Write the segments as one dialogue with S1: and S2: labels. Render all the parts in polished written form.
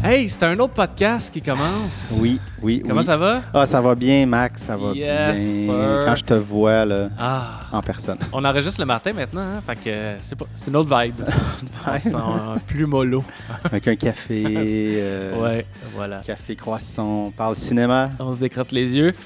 S1: Hey, c'est un autre podcast qui commence.
S2: Oui.
S1: Comment ça va?
S2: Ah, ça va bien, Max, ça va bien.
S1: Sir.
S2: Quand je te vois là,
S1: Ah,
S2: en personne.
S1: on enregistre le matin maintenant, hein? Fait que c'est une autre vibe. On se sent plus mollo.
S2: Avec un café,
S1: Ouais, voilà.
S2: café croissant, on parle cinéma.
S1: On se décrotte les yeux.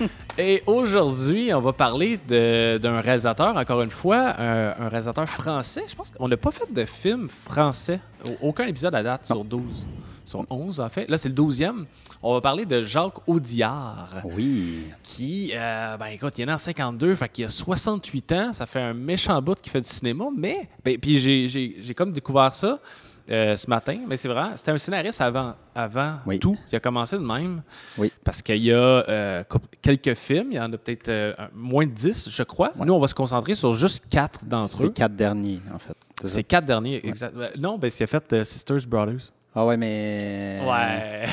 S1: Et aujourd'hui, on va parler d'un réalisateur, encore une fois, un réalisateur français. Je pense qu'on n'a pas fait de film français. Aucun épisode à date sur 12. Sur 11, en fait. Là, c'est le 12e. On va parler de Jacques Audiard.
S2: Oui.
S1: Qui, écoute, il est né en 52, fait qu'il a 68 ans. Ça fait un méchant bout qu'il fait du cinéma, mais... Puis j'ai comme découvert ça ce matin, mais c'est vrai, c'était un scénariste avant
S2: Oui.
S1: tout. Il a commencé de même.
S2: Oui.
S1: Parce qu'il y a quelques films, il y en a peut-être moins de 10, je crois.
S2: Ouais.
S1: Nous, on va se concentrer sur juste 4 d'entre eux.
S2: C'est 4 derniers, en fait.
S1: C'est 4 derniers, exact. Non, parce qu'il a fait Sisters Brothers.
S2: Ah ouais, mais...
S1: Ouais.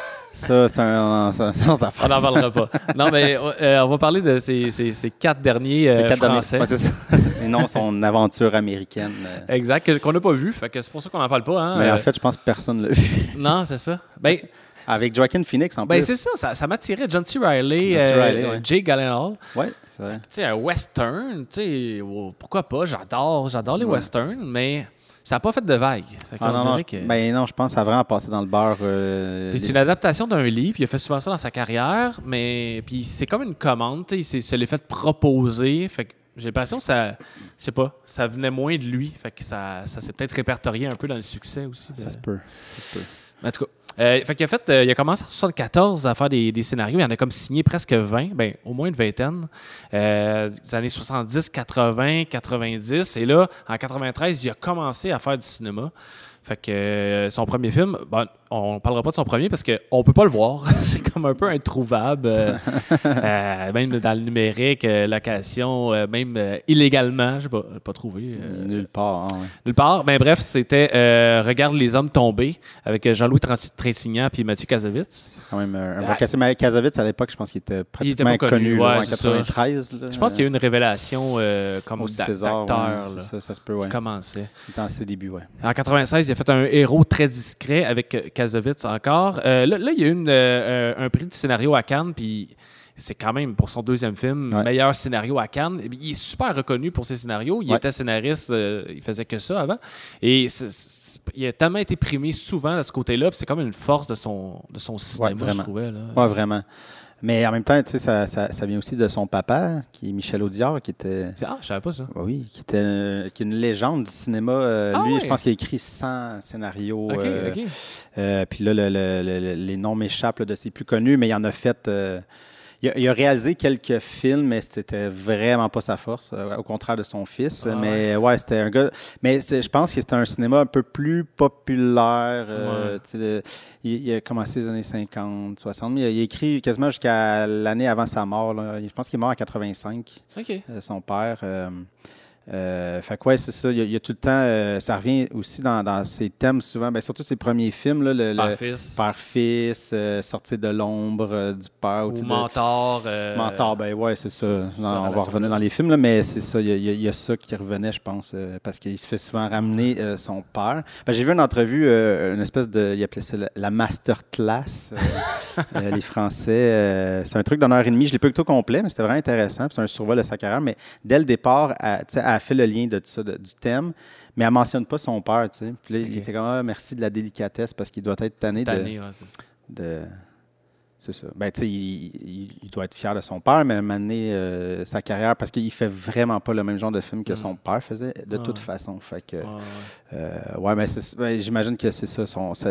S2: Ça, c'est un autre affaire.
S1: On n'en parlera pas. Non, mais on va parler de ces 4 derniers français.
S2: Ouais, c'est ça. Et non, son aventure américaine.
S1: Exact, qu'on n'a pas vu. Fait que c'est pour ça qu'on n'en parle pas. Hein?
S2: Mais en fait, je pense que personne ne l'a vu.
S1: Non, c'est ça. Ben,
S2: Avec Joaquin Phoenix, en
S1: ben
S2: plus.
S1: c'est ça m'attirait. John C. Reilly,
S2: John C. Reilly, ouais.
S1: Jake Gyllenhaal.
S2: Ouais, c'est vrai.
S1: Tu sais, un western, tu sais, pourquoi pas? J'adore les westerns, mais ça n'a pas fait de vague. Fait qu'on dirait que...
S2: Ben non, je pense que ça a vraiment passé dans le beurre.
S1: Puis c'est une adaptation d'un livre. Il a fait souvent ça dans sa carrière, mais puis c'est comme une commande. Tu sais, il se l'est fait proposer. Fait que j'ai l'impression que ça, je sais pas, ça venait moins de lui. Fait que ça s'est peut-être répertorié un peu dans le succès aussi.
S2: Ça se peut.
S1: En tout cas, fait qu'il il a commencé en 1974 à faire des scénarios. Il en a comme signé presque 20, ben au moins une vingtaine. Des années 70, 80, 90. Et là, en 93, il a commencé à faire du cinéma. Fait que son premier film, on parlera pas de son premier parce qu'on peut pas le voir. C'est comme un peu introuvable. Même dans le numérique, location, même illégalement, je n'ai pas trouvé.
S2: Nulle part. Hein, ouais.
S1: Nulle part. Ben, bref, c'était Regarde les hommes tombés avec Jean-Louis Trintignant puis Mathieu Kassovitz.
S2: C'est quand même un vrai cassé. Mais Kassovitz, à l'époque, je pense qu'il était pratiquement
S1: pas connu,
S2: là, en
S1: c'est
S2: 93.
S1: Je pense qu'il y a eu une révélation comme
S2: César,
S1: d'acteur.
S2: Ouais, ça se peut, ouais.
S1: Qui commençait.
S2: Dans ses débuts, ouais.
S1: En 96, il a fait un héros très discret avec Kassovitz encore. Là, il y a eu un prix de scénario à Cannes, puis c'est quand même pour son deuxième film, meilleur scénario à Cannes. Il est super reconnu pour ses scénarios. Il était scénariste, il faisait que ça avant. Et il a tellement été primé souvent de ce côté-là, puis c'est comme une force de son cinéma, je trouvais.
S2: Oui, vraiment. Mais en même temps, tu sais, ça vient aussi de son papa, qui est Michel Audiard, qui était...
S1: Ah, je savais pas ça.
S2: Oui, qui est une légende du cinéma. Lui, je pense qu'il a écrit 100 scénarios.
S1: OK.
S2: Puis là, les noms m'échappent de ses plus connus, mais il en a fait... Il a réalisé quelques films, mais c'était vraiment pas sa force, au contraire de son fils. Mais ouais, c'était un gars... Mais je pense que c'était un cinéma un peu plus populaire. Il a commencé les années 50, 60. Mais il a écrit quasiment jusqu'à l'année avant sa mort. Là. Je pense qu'il est mort en 85, son père. Fait que ouais, c'est ça. Il y a tout le temps... ça revient aussi dans ses thèmes souvent. Ben, surtout ses premiers films. Là, Père-fils, Sortir de l'ombre du père.
S1: Ou Mentor.
S2: Mentor, ben ouais, c'est ça. On va revenir dans les films, là, mais c'est ça. Il y a ça qui revenait, je pense, parce qu'il se fait souvent ramener son père. Ben, j'ai vu une entrevue, une espèce de... Il appelait ça la masterclass, les Français. C'est un truc d'une heure et demie. Je l'ai pas eu tout complet, mais c'était vraiment intéressant. C'est un survol de sa carrière, mais dès le départ, elle a fait le lien de tout ça, du thème, mais elle ne mentionne pas son père, tu sais. Puis là, il était comme merci de la délicatesse parce qu'il doit être tanné de... C'est ça. Ben, tu sais, il doit être fier de son père, mais mener sa carrière parce qu'il fait vraiment pas le même genre de film que son père faisait, de toute façon. Fait que... mais j'imagine que c'est ça,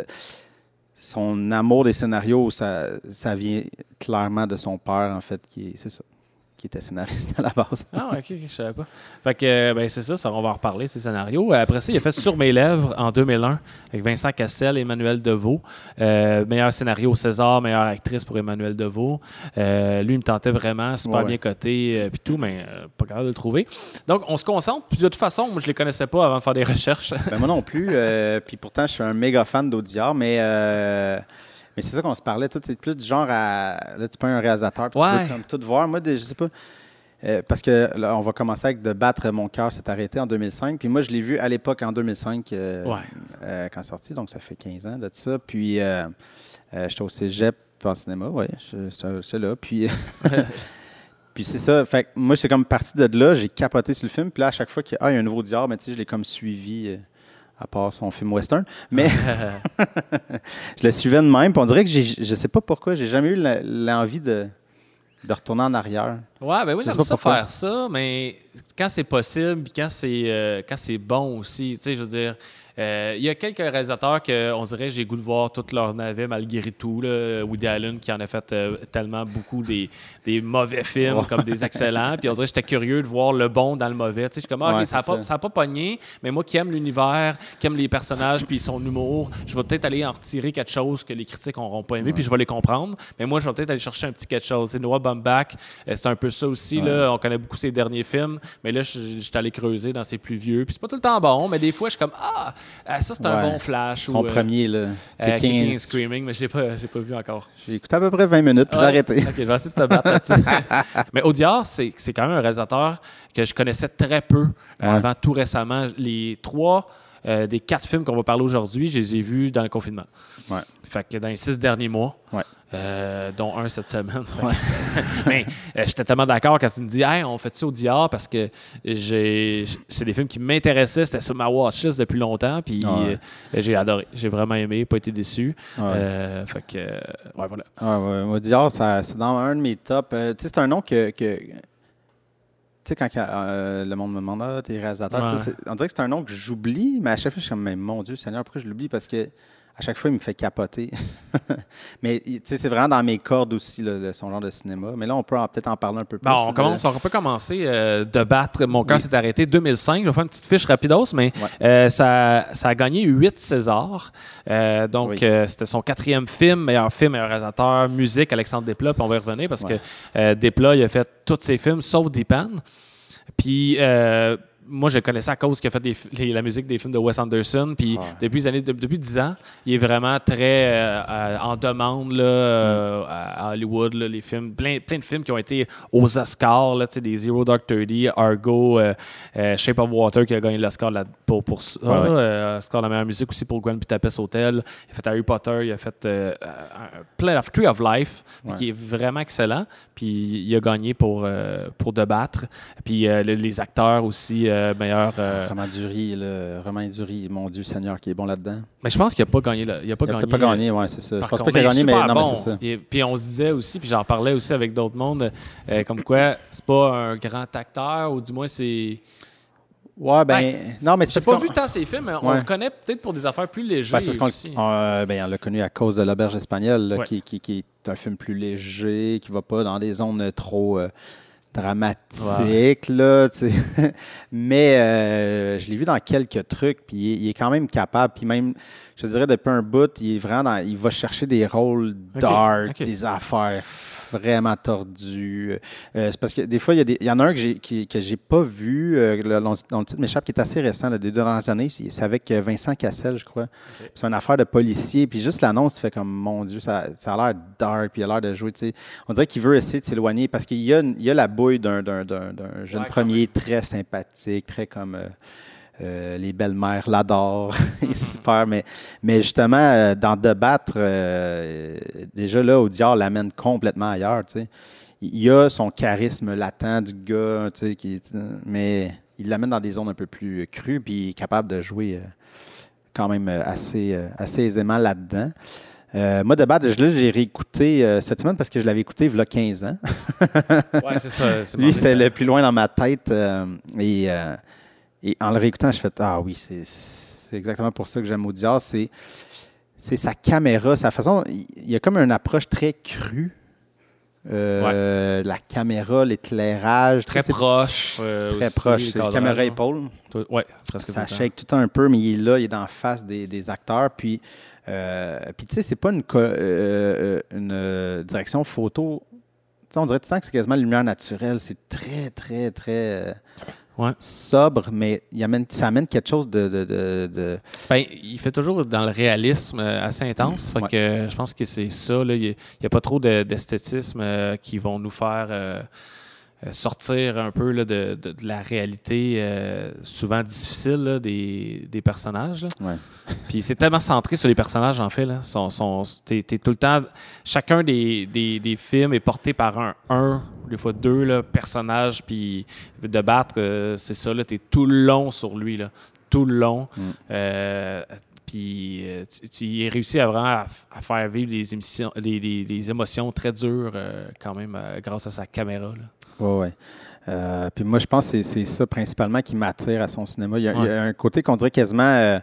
S2: son amour des scénarios, ça vient clairement de son père, en fait, c'est ça. Qui était scénariste à la base.
S1: Ah, OK, je savais pas. Fait que, c'est ça, on va en reparler, ces scénarios. Après ça, il a fait Sur mes lèvres en 2001 avec Vincent Cassel et Emmanuelle Deveau. Meilleur scénario au César, meilleure actrice pour Emmanuelle Deveau. Lui, il me tentait vraiment, super bien coté, puis tout, mais pas capable de le trouver. Donc, on se concentre. Puis de toute façon, moi, je les connaissais pas avant de faire des recherches.
S2: Ben, moi non plus. Puis pourtant, je suis un méga fan d'Audiard, mais c'est ça qu'on se parlait. Toi, tu es plus du genre à... Là, tu peux un réalisateur, puis tu veux comme tout voir. Moi, je sais pas... parce que là, on va commencer avec De battre mon cœur s'est arrêté en 2005. Puis moi, je l'ai vu à l'époque en 2005 quand sorti, donc ça fait 15 ans de ça. Puis j'étais au cégep en cinéma, oui, c'est là. Puis, puis c'est ça. Fait que moi, c'est comme parti de là, j'ai capoté sur le film. Puis là, à chaque fois qu'il y a un nouveau Dior, mais tu sais, je l'ai comme suivi. À part son film western, mais je le suivais de même. Puis on dirait que je sais pas pourquoi, j'ai jamais eu l'envie de retourner en arrière.
S1: Ouais, ben oui, j'aime ça faire ça, mais quand c'est possible, puis quand c'est bon aussi, tu sais, je veux dire, il y a quelques réalisateurs qu'on dirait j'ai le goût de voir tout leur navet malgré tout. Là. Woody Allen qui en a fait tellement beaucoup des mauvais films comme des excellents. Puis on dirait que j'étais curieux de voir le bon dans le mauvais. Tu sais, je suis comme, OK, ça n'a pas pogné, mais moi qui aime l'univers, qui aime les personnages puis son humour, je vais peut-être aller en retirer quelque chose que les critiques n'auront pas aimé, puis je vais les comprendre. Mais moi, je vais peut-être aller chercher un petit quelque chose. Tu sais, Noah Baumbach, c'est un peu ça aussi. Là. On connaît beaucoup ses derniers films, mais là, je suis allé creuser dans ses plus vieux. Puis c'est pas tout le temps bon, mais des fois, je suis comme, ça, c'est un bon flash.
S2: Son premier, là.
S1: Kicking and Screaming, mais je l'ai pas vu encore.
S2: J'ai écouté à peu près 20 minutes, puis j'ai arrêté.
S1: OK, je vais essayer de te battre là-dessus. Mais Audiard, c'est quand même un réalisateur que je connaissais très peu avant tout récemment. Les 3 des 4 films qu'on va parler aujourd'hui, je les ai vus dans le confinement. Ouais. Fait que dans les 6 derniers mois. Ouais. Dont un cette semaine. Mais j'étais tellement d'accord quand tu me dis hey, on fait ça au Dior parce que c'est des films qui m'intéressaient, c'était sur ma watchlist depuis longtemps, puis j'ai adoré. J'ai vraiment aimé, pas été déçu. Fait que, voilà.
S2: Au Dior, c'est dans un de mes tops. Tu sais, c'est un nom que tu sais, quand le monde me demande t'es réalisateur, on dirait que c'est un nom que j'oublie, mais à chaque fois, je suis comme, mais mon Dieu Seigneur, pourquoi je l'oublie? Parce que à chaque fois, il me fait capoter. Mais c'est vraiment dans mes cordes aussi, là, son genre de cinéma. Mais là, on peut peut-être en parler un peu plus.
S1: Bon, on peut commencer de battre. Mon cœur s'est arrêté 2005. Je vais faire une petite fiche rapidos, mais ça a gagné 8 Césars. Donc, c'était son 4e film, meilleur réalisateur, musique, Alexandre Desplat. Puis on va y revenir parce que Desplat, il a fait tous ses films, sauf Dépend. Puis... moi, je le connaissais à cause qu'il a fait la musique des films de Wes Anderson. Puis depuis 10 ans, il est vraiment très en demande là, à Hollywood. Là, les films, plein de films qui ont été aux Oscars, là, des Zero Dark 30, Argo, Shape of Water qui a gagné l'Oscar pour ça. Oscar de la meilleure musique aussi pour Grand Budapest Hotel. Il a fait Harry Potter, il a fait Tree of Life, qui est vraiment excellent. Puis il a gagné pour De battre. Puis les acteurs aussi. Meilleur.
S2: Romain Duris, mon Dieu Seigneur, qui est bon là-dedans.
S1: Mais je pense qu'il n'a pas gagné. Il n'a pas
S2: gagné, oui, c'est ça. Je pense pas qu'il a gagné, mais non, mais c'est ça.
S1: Puis on se disait aussi, puis j'en parlais aussi avec d'autres mondes, comme quoi c'est pas un grand acteur, ou du moins c'est.
S2: Ouais, non, mais c'est
S1: pas vu tant ces films, mais on le connaît peut-être pour des affaires plus légères aussi.
S2: On l'a connu à cause de L'Auberge espagnole, là, qui est un film plus léger, qui va pas dans des zones trop. Dramatique, là, tu sais. Mais je l'ai vu dans quelques trucs, puis il est quand même capable. Puis même, je te dirais, depuis un bout, il va chercher des rôles dark, des affaires vraiment tordues. C'est parce que des fois, il y en a un que j'ai pas vu, dont le titre m'échappe, qui est assez récent, là, des dernières années. C'est avec Vincent Cassel, je crois. C'est une affaire de policier. Puis juste l'annonce, tu fais comme, mon Dieu, ça a l'air dark, puis il a l'air de jouer, tu sais. On dirait qu'il veut essayer de s'éloigner parce qu'il y a la bouille d'un jeune premier très sympathique, très comme les belles-mères l'adorent. Super. Mais justement, dans De battre, déjà là, Audiard l'amène complètement ailleurs. Tu sais. Il y a son charisme latent du gars, tu sais, mais il l'amène dans des zones un peu plus crues, puis il est capable de jouer quand même assez aisément là-dedans. Moi, De battre, j'ai réécouté cette semaine parce que je l'avais écouté il y a 15 ans.
S1: Oui, c'est ça.
S2: Lui, c'était le plus loin dans ma tête. Et en le réécoutant, je fais ah oui, c'est exactement pour ça que j'aime Audiard. C'est sa caméra, sa façon. Il y a comme une approche très crue. La caméra, l'éclairage.
S1: Très proche.
S2: Très proche. C'est la caméra épaule.
S1: Oui,
S2: ça shake tout un peu, mais il est là, il est en face des acteurs. Puis tu sais, c'est pas une direction photo. T'sais, on dirait tout le temps que c'est quasiment lumière naturelle. C'est très, très, très sobre, mais ça amène quelque chose de...
S1: il fait toujours dans le réalisme assez intense. Fait que je pense que c'est ça. Il n'y a pas trop d'esthétisme qui vont nous faire... sortir un peu là, de la réalité souvent difficile là, des personnages. Là.
S2: Ouais.
S1: Puis c'est tellement centré sur les personnages, en fait. Là. T'es tout le temps... Chacun des films est porté par un des fois deux là, personnages, puis de battre, c'est ça, t'es tout le long sur lui, là. Tout le long. Puis tu réussis à vraiment à faire vivre des émotions très dures quand même grâce à sa caméra.
S2: Oui. Puis moi, je pense que c'est ça principalement qui m'attire à son cinéma. Il y a un côté qu'on dirait quasiment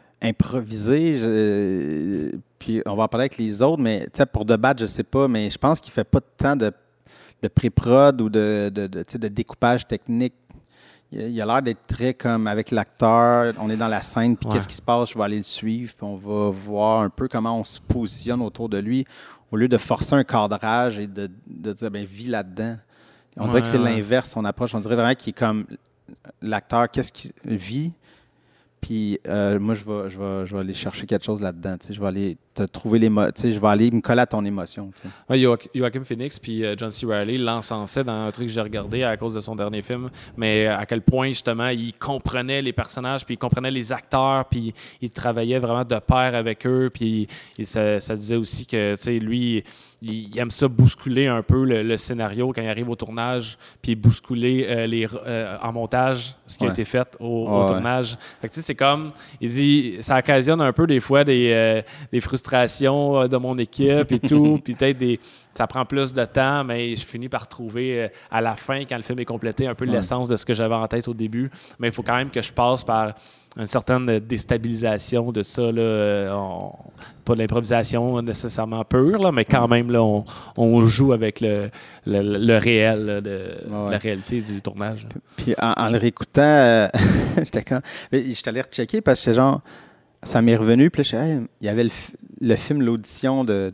S2: improvisé. Puis on va en parler avec les autres, mais pour The Bat, je sais pas, mais je pense qu'il fait pas tant de pré-prod ou de découpage technique. Il a l'air d'être très comme avec l'acteur, on est dans la scène, puis qu'est-ce qui se passe, je vais aller le suivre, puis on va voir un peu comment on se positionne autour de lui, au lieu de forcer un cadrage et de dire, ben vis là-dedans. On dirait que c'est l'inverse, son approche. On dirait vraiment qu'il est comme l'acteur, qu'est-ce qu'il vit, puis moi, je vais aller chercher quelque chose là-dedans. Je vais aller te trouver je vais aller me coller à ton émotion.
S1: Ouais, Joaquin Phoenix puis John C. Reilly l'encensaient dans un truc que j'ai regardé à cause de son dernier film, mais à quel point, justement, il comprenait les personnages, puis il comprenait les acteurs, puis il travaillait vraiment de pair avec eux, puis ça disait aussi que, lui, il aime ça bousculer un peu le scénario quand il arrive au tournage, puis bousculer en montage ce qui a été fait au tournage. Fait que, c'est comme, il dit, ça occasionne un peu des fois des frustrations de mon équipe et tout, puis peut-être ça prend plus de temps, mais je finis par trouver à la fin, quand le film est complété, un peu l'essence de ce que j'avais en tête au début. Mais il faut quand même que je passe par une certaine déstabilisation de ça. Là. Pas de l'improvisation nécessairement pure, là, mais quand même, là, on joue avec le réel là, la réalité du tournage.
S2: Puis en le réécoutant, j'étais allé rechecker parce que genre, ça m'est revenu. Puis là, il y avait le film L'Audition de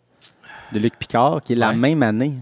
S2: Luc Picard, qui est la même année.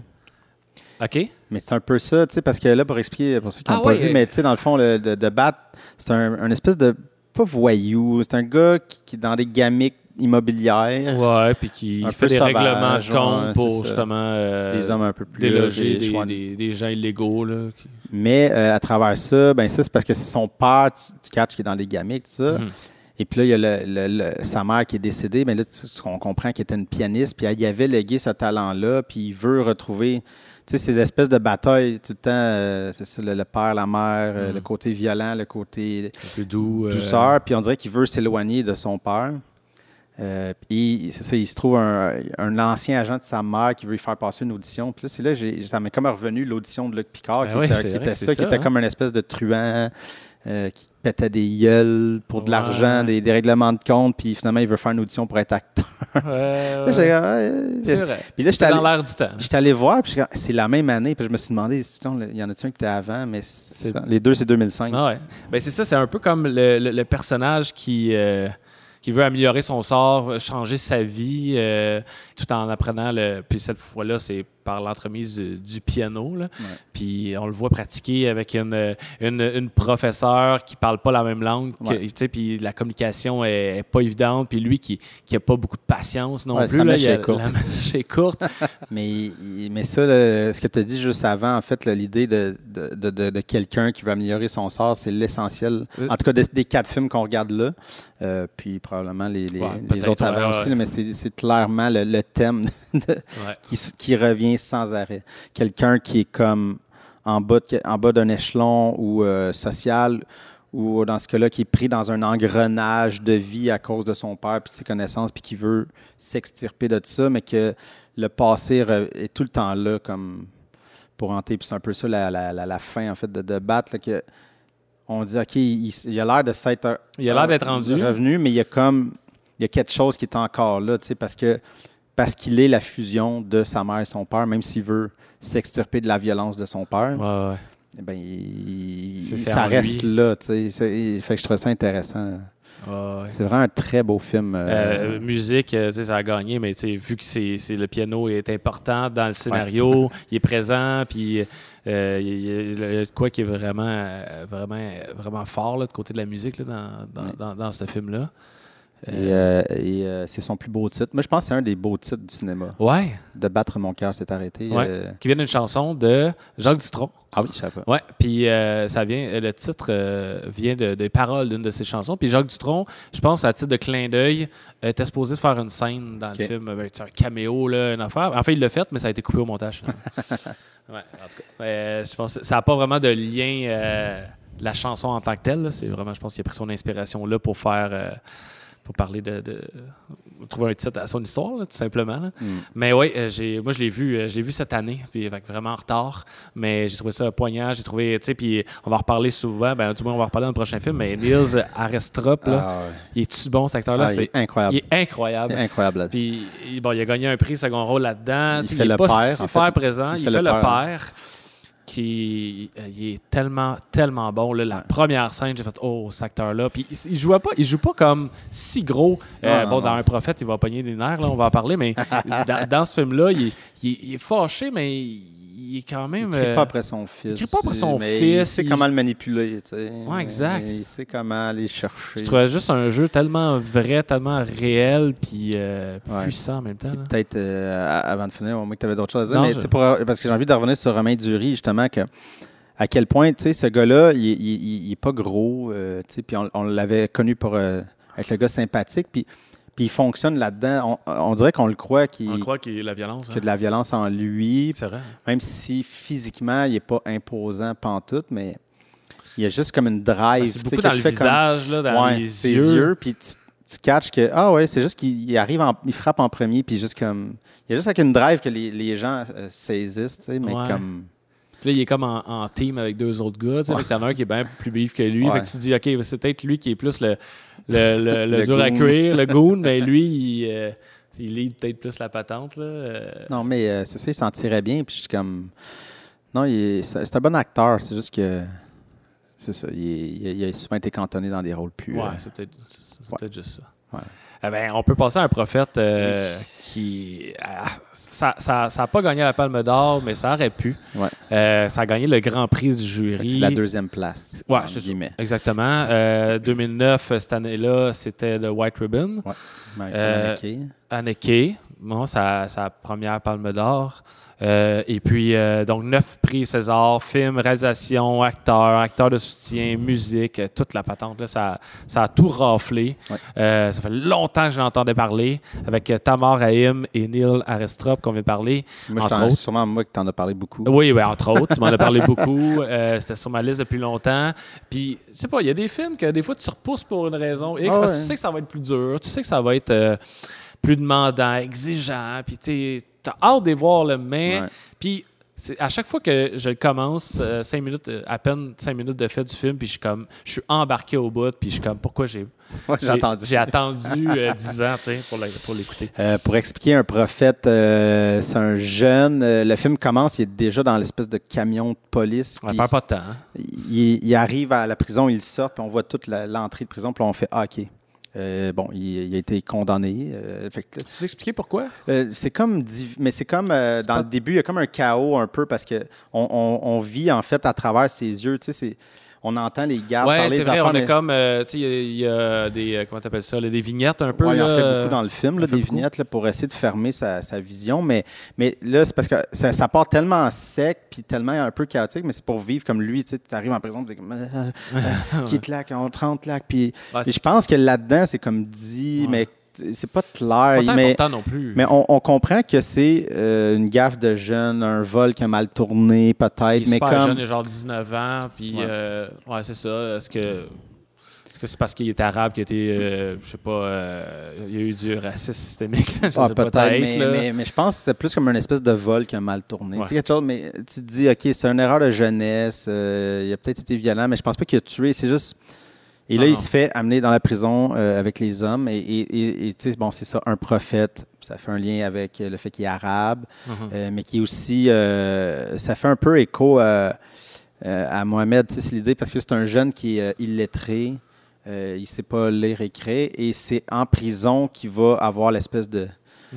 S1: OK.
S2: Mais c'est un peu ça, tu sais, parce que là, pour expliquer, pour ceux qui n'ont pas vu, mais tu sais, dans le fond, de Bat, c'est un espèce de, pas voyou, c'est un gars qui est dans des gamiques immobilières.
S1: Ouais, puis qui fait des règlements de compte pour justement
S2: des hommes un peu plus
S1: déloger des gens illégaux. Là,
S2: Mais à travers ça, ben ça, c'est parce que c'est son père, tu catches, qui est dans des gamiques, tout ça. Et puis là, il y a sa mère qui est décédée, mais là, on comprend qu'elle était une pianiste, puis elle y avait légué ce talent-là, puis il veut retrouver. Tu sais, c'est l'espèce de bataille tout le temps, c'est ça, le père, la mère, le côté violent, le côté
S1: un peu
S2: douceur, puis on dirait qu'il veut s'éloigner de son père. Puis c'est ça, il se trouve un ancien agent de sa mère qui veut lui faire passer une audition. Puis là, c'est là, ça m'est comme revenu l'audition de Luc Picard, qui était comme une espèce de truand qui pétait des gueules pour de l'argent, des règlements de compte, puis finalement, il veut faire une audition pour être acteur.
S1: C'est vrai.
S2: Puis là,
S1: j'étais dans l'air du temps.
S2: J'étais allé voir, puis c'est la même année, puis je me suis demandé, il y en a-tu un qui était avant, mais les deux, c'est 2005.
S1: Ah ouais. Ben, c'est ça, c'est un peu comme le personnage qui veut améliorer son sort, changer sa vie, tout en apprenant puis cette fois-là, c'est par l'entremise du piano. Là. Ouais. Puis on le voit pratiquer avec une professeure qui parle pas la même langue. Puis la communication est pas évidente. Puis lui qui a pas beaucoup de patience non plus.
S2: La mèche est
S1: courte.
S2: mais ça, ce que tu as dit juste avant, en fait, l'idée de quelqu'un qui veut améliorer son sort, c'est l'essentiel. En tout cas, des 4 films qu'on regarde là. Puis probablement les autres avant aussi, là, mais c'est clairement le thème qui revient sans arrêt. Quelqu'un qui est comme en bas d'un échelon ou social, ou dans ce cas-là, qui est pris dans un engrenage de vie à cause de son père et de ses connaissances, puis qui veut s'extirper de tout ça, mais que le passé est tout le temps là comme pour hanter. Puis c'est un peu ça la fin, en fait, de Battre, là, que on dit, OK, il a l'air de s'être...
S1: Il a l'air d'être
S2: revenu, mais il y a quelque chose qui est encore là, tu sais, parce qu'il est la fusion de sa mère et son père, même s'il veut s'extirper de la violence de son père.
S1: Ouais.
S2: Eh bien, ça reste là, tu sais. Fait que je trouve ça intéressant. C'est vraiment un très beau film.
S1: Musique, ça a gagné, mais vu que le piano est important dans le scénario, il est présent, puis il y a quoi qui est vraiment, vraiment, vraiment fort là, de côté de la musique là, dans ce film-là.
S2: C'est son plus beau titre. Moi, je pense que c'est un des beaux titres du cinéma.
S1: Ouais.
S2: De battre mon cœur s'est arrêté.
S1: Ouais. Qui vient d'une chanson de Jacques Dutronc.
S2: Ah oui, je savais pas.
S1: Ouais. Puis le titre vient des paroles d'une de ses chansons. Puis Jacques Dutronc, je pense, à titre de clin d'œil, était supposé de faire une scène dans le film, un caméo, là, une affaire. En fait, il l'a fait, mais ça a été coupé au montage. Ouais, en tout cas. Je pense que ça n'a pas vraiment de lien la chanson en tant que telle. Là. C'est vraiment, je pense qu'il a pris son inspiration là pour faire... pour parler de trouver un titre à son histoire, là, tout simplement. Là. Mais oui, moi, je l'ai vu cette année, puis avec vraiment en retard, mais j'ai trouvé ça poignant, j'ai trouvé, tu sais, puis on va en reparler souvent, du moins, on va en reparler dans le prochain film, mais Niels Arestrup, là, il est-tu bon, cet acteur-là?
S2: Il est incroyable.
S1: Il est incroyable.
S2: Il est incroyable.
S1: Puis, bon, il a gagné un prix second rôle là-dedans.
S2: Il fait le père,
S1: super présent. Il fait le père.
S2: Hein.
S1: Il est tellement, tellement bon. Là, la première scène, j'ai fait « Oh, cet acteur-là! » Puis il joue pas comme si gros. Dans Un prophète, il va pogner des nerfs, là, on va en parler, mais dans ce film-là, il est fâché, mais il est quand même...
S2: Il ne crie pas après son fils.
S1: Il crie pas après son fils.
S2: Il sait comment le manipuler. Tu sais.
S1: Ouais, exact.
S2: Il sait comment aller chercher.
S1: Je trouvais juste un jeu tellement vrai, tellement réel, puis puissant en même temps.
S2: Peut-être, avant de finir, au moins que tu avais d'autres choses à dire, mais parce que j'ai envie de revenir sur Romain Duris, justement, à quel point, tu sais, ce gars-là, il est pas gros, tu sais, puis on l'avait connu pour être le gars sympathique, puis il fonctionne là-dedans. On dirait qu'on le croit
S1: on croit qu'il y a de la violence.
S2: Qu'il y a de la violence en lui.
S1: C'est vrai.
S2: Même si physiquement, il n'est pas imposant pantoute, mais il y a juste comme une drive.
S1: C'est beaucoup dans le visage, là, dans les
S2: ses yeux. Puis tu catches que, c'est juste qu'il arrive, il frappe en premier, puis juste comme... Il y a juste avec une drive que les gens saisissent, tu sais, mais comme...
S1: Puis là, il est comme en team avec deux autres gars. Tu sais, t'en as un qui est bien plus vif que lui. Fait que tu te dis, OK, c'est peut-être lui qui est plus le dur à cuire, le goon, mais lui, il lead peut-être plus la patente. Là.
S2: Non, mais c'est ça, il s'en tirait bien. Puis je suis comme... Non, c'est un bon acteur. C'est juste que... C'est ça, il a souvent été cantonné dans des rôles plus...
S1: Ouais, c'est peut-être juste ça.
S2: Ouais.
S1: On peut passer à un prophète qui... ça n'a pas gagné la Palme d'Or, mais ça aurait pu.
S2: Ouais.
S1: Ça a gagné le Grand Prix du jury.
S2: C'est la deuxième place.
S1: Ouais, c'est ça. Exactement. 2009, cette année-là, c'était le White Ribbon.
S2: Ouais.
S1: Haneke. Bon, sa première Palme d'Or. Et puis, donc, 9 prix César, film, réalisation, acteur de soutien, musique, toute la patente. Là, ça a tout raflé.
S2: Ouais.
S1: Ça fait longtemps que je l'entendais parler avec Tamar Rahim et Neil Arestrup qu'on vient de parler.
S2: Moi, sûrement moi que tu en as parlé beaucoup.
S1: Oui, entre autres. Tu m'en as parlé beaucoup. C'était sur ma liste depuis longtemps. Puis, je sais pas, il y a des films que des fois, tu repousses pour une raison X parce que tu sais que ça va être plus dur. Tu sais que ça va être plus demandant, exigeant. Puis, t'as hâte de les voir, mais puis à chaque fois que je le commence, 5 minutes, à peine 5 minutes de fait du film, puis je suis embarqué au bout, puis je suis comme, pourquoi j'ai attendu 10 ans, tu sais, pour l'écouter.
S2: Pour expliquer un prophète, c'est un jeune. Le film commence, il est déjà dans l'espèce de camion de police.
S1: On perd pas de temps. Hein?
S2: Il arrive à la prison, il sort, puis on voit toute l'entrée de prison, puis on fait OK. Il a été condamné.
S1: Tu veux expliquer pourquoi?
S2: C'est comme dans le début, il y a comme un chaos un peu parce que on vit en fait à travers ses yeux. Tu sais, on entend les gardes parler des affaires.
S1: On a comme, tu sais, il y a des, comment t'appelles ça, des vignettes un peu.
S2: Oui, il en fait beaucoup dans le film, des vignettes là, pour essayer de fermer sa vision. Mais là, c'est parce que ça part tellement sec puis tellement un peu chaotique, mais c'est pour vivre comme lui. Tu sais, tu arrives en prison, tu es comme, qui claque, on 30 claques. Puis je pense que là-dedans, c'est comme dit, mais c'est pas clair.
S1: C'est pas important non plus.
S2: Mais on comprend que c'est une gaffe de jeune, un vol qui a mal tourné, peut-être.
S1: Il est super jeune, il a genre 19 ans. Puis, c'est ça. Est-ce que c'est parce qu'il est arabe qu'il a été, je sais pas, il y a eu du racisme systémique? Je sais
S2: peut-être, mais je pense que c'est plus comme une espèce de vol qui a mal tourné. Tu sais, quelque chose, mais tu te dis, OK, c'est une erreur de jeunesse, il a peut-être été violent, mais je pense pas qu'il a tué. C'est juste... Et là, il se fait amener dans la prison avec les hommes. Et tu sais, bon, c'est ça, un prophète. Ça fait un lien avec le fait qu'il est arabe, mais qui est aussi... ça fait un peu écho à Mohamed, tu sais, c'est l'idée, parce que c'est un jeune qui est illettré. Il ne sait pas lire et écrire. Et c'est en prison qu'il va avoir l'espèce de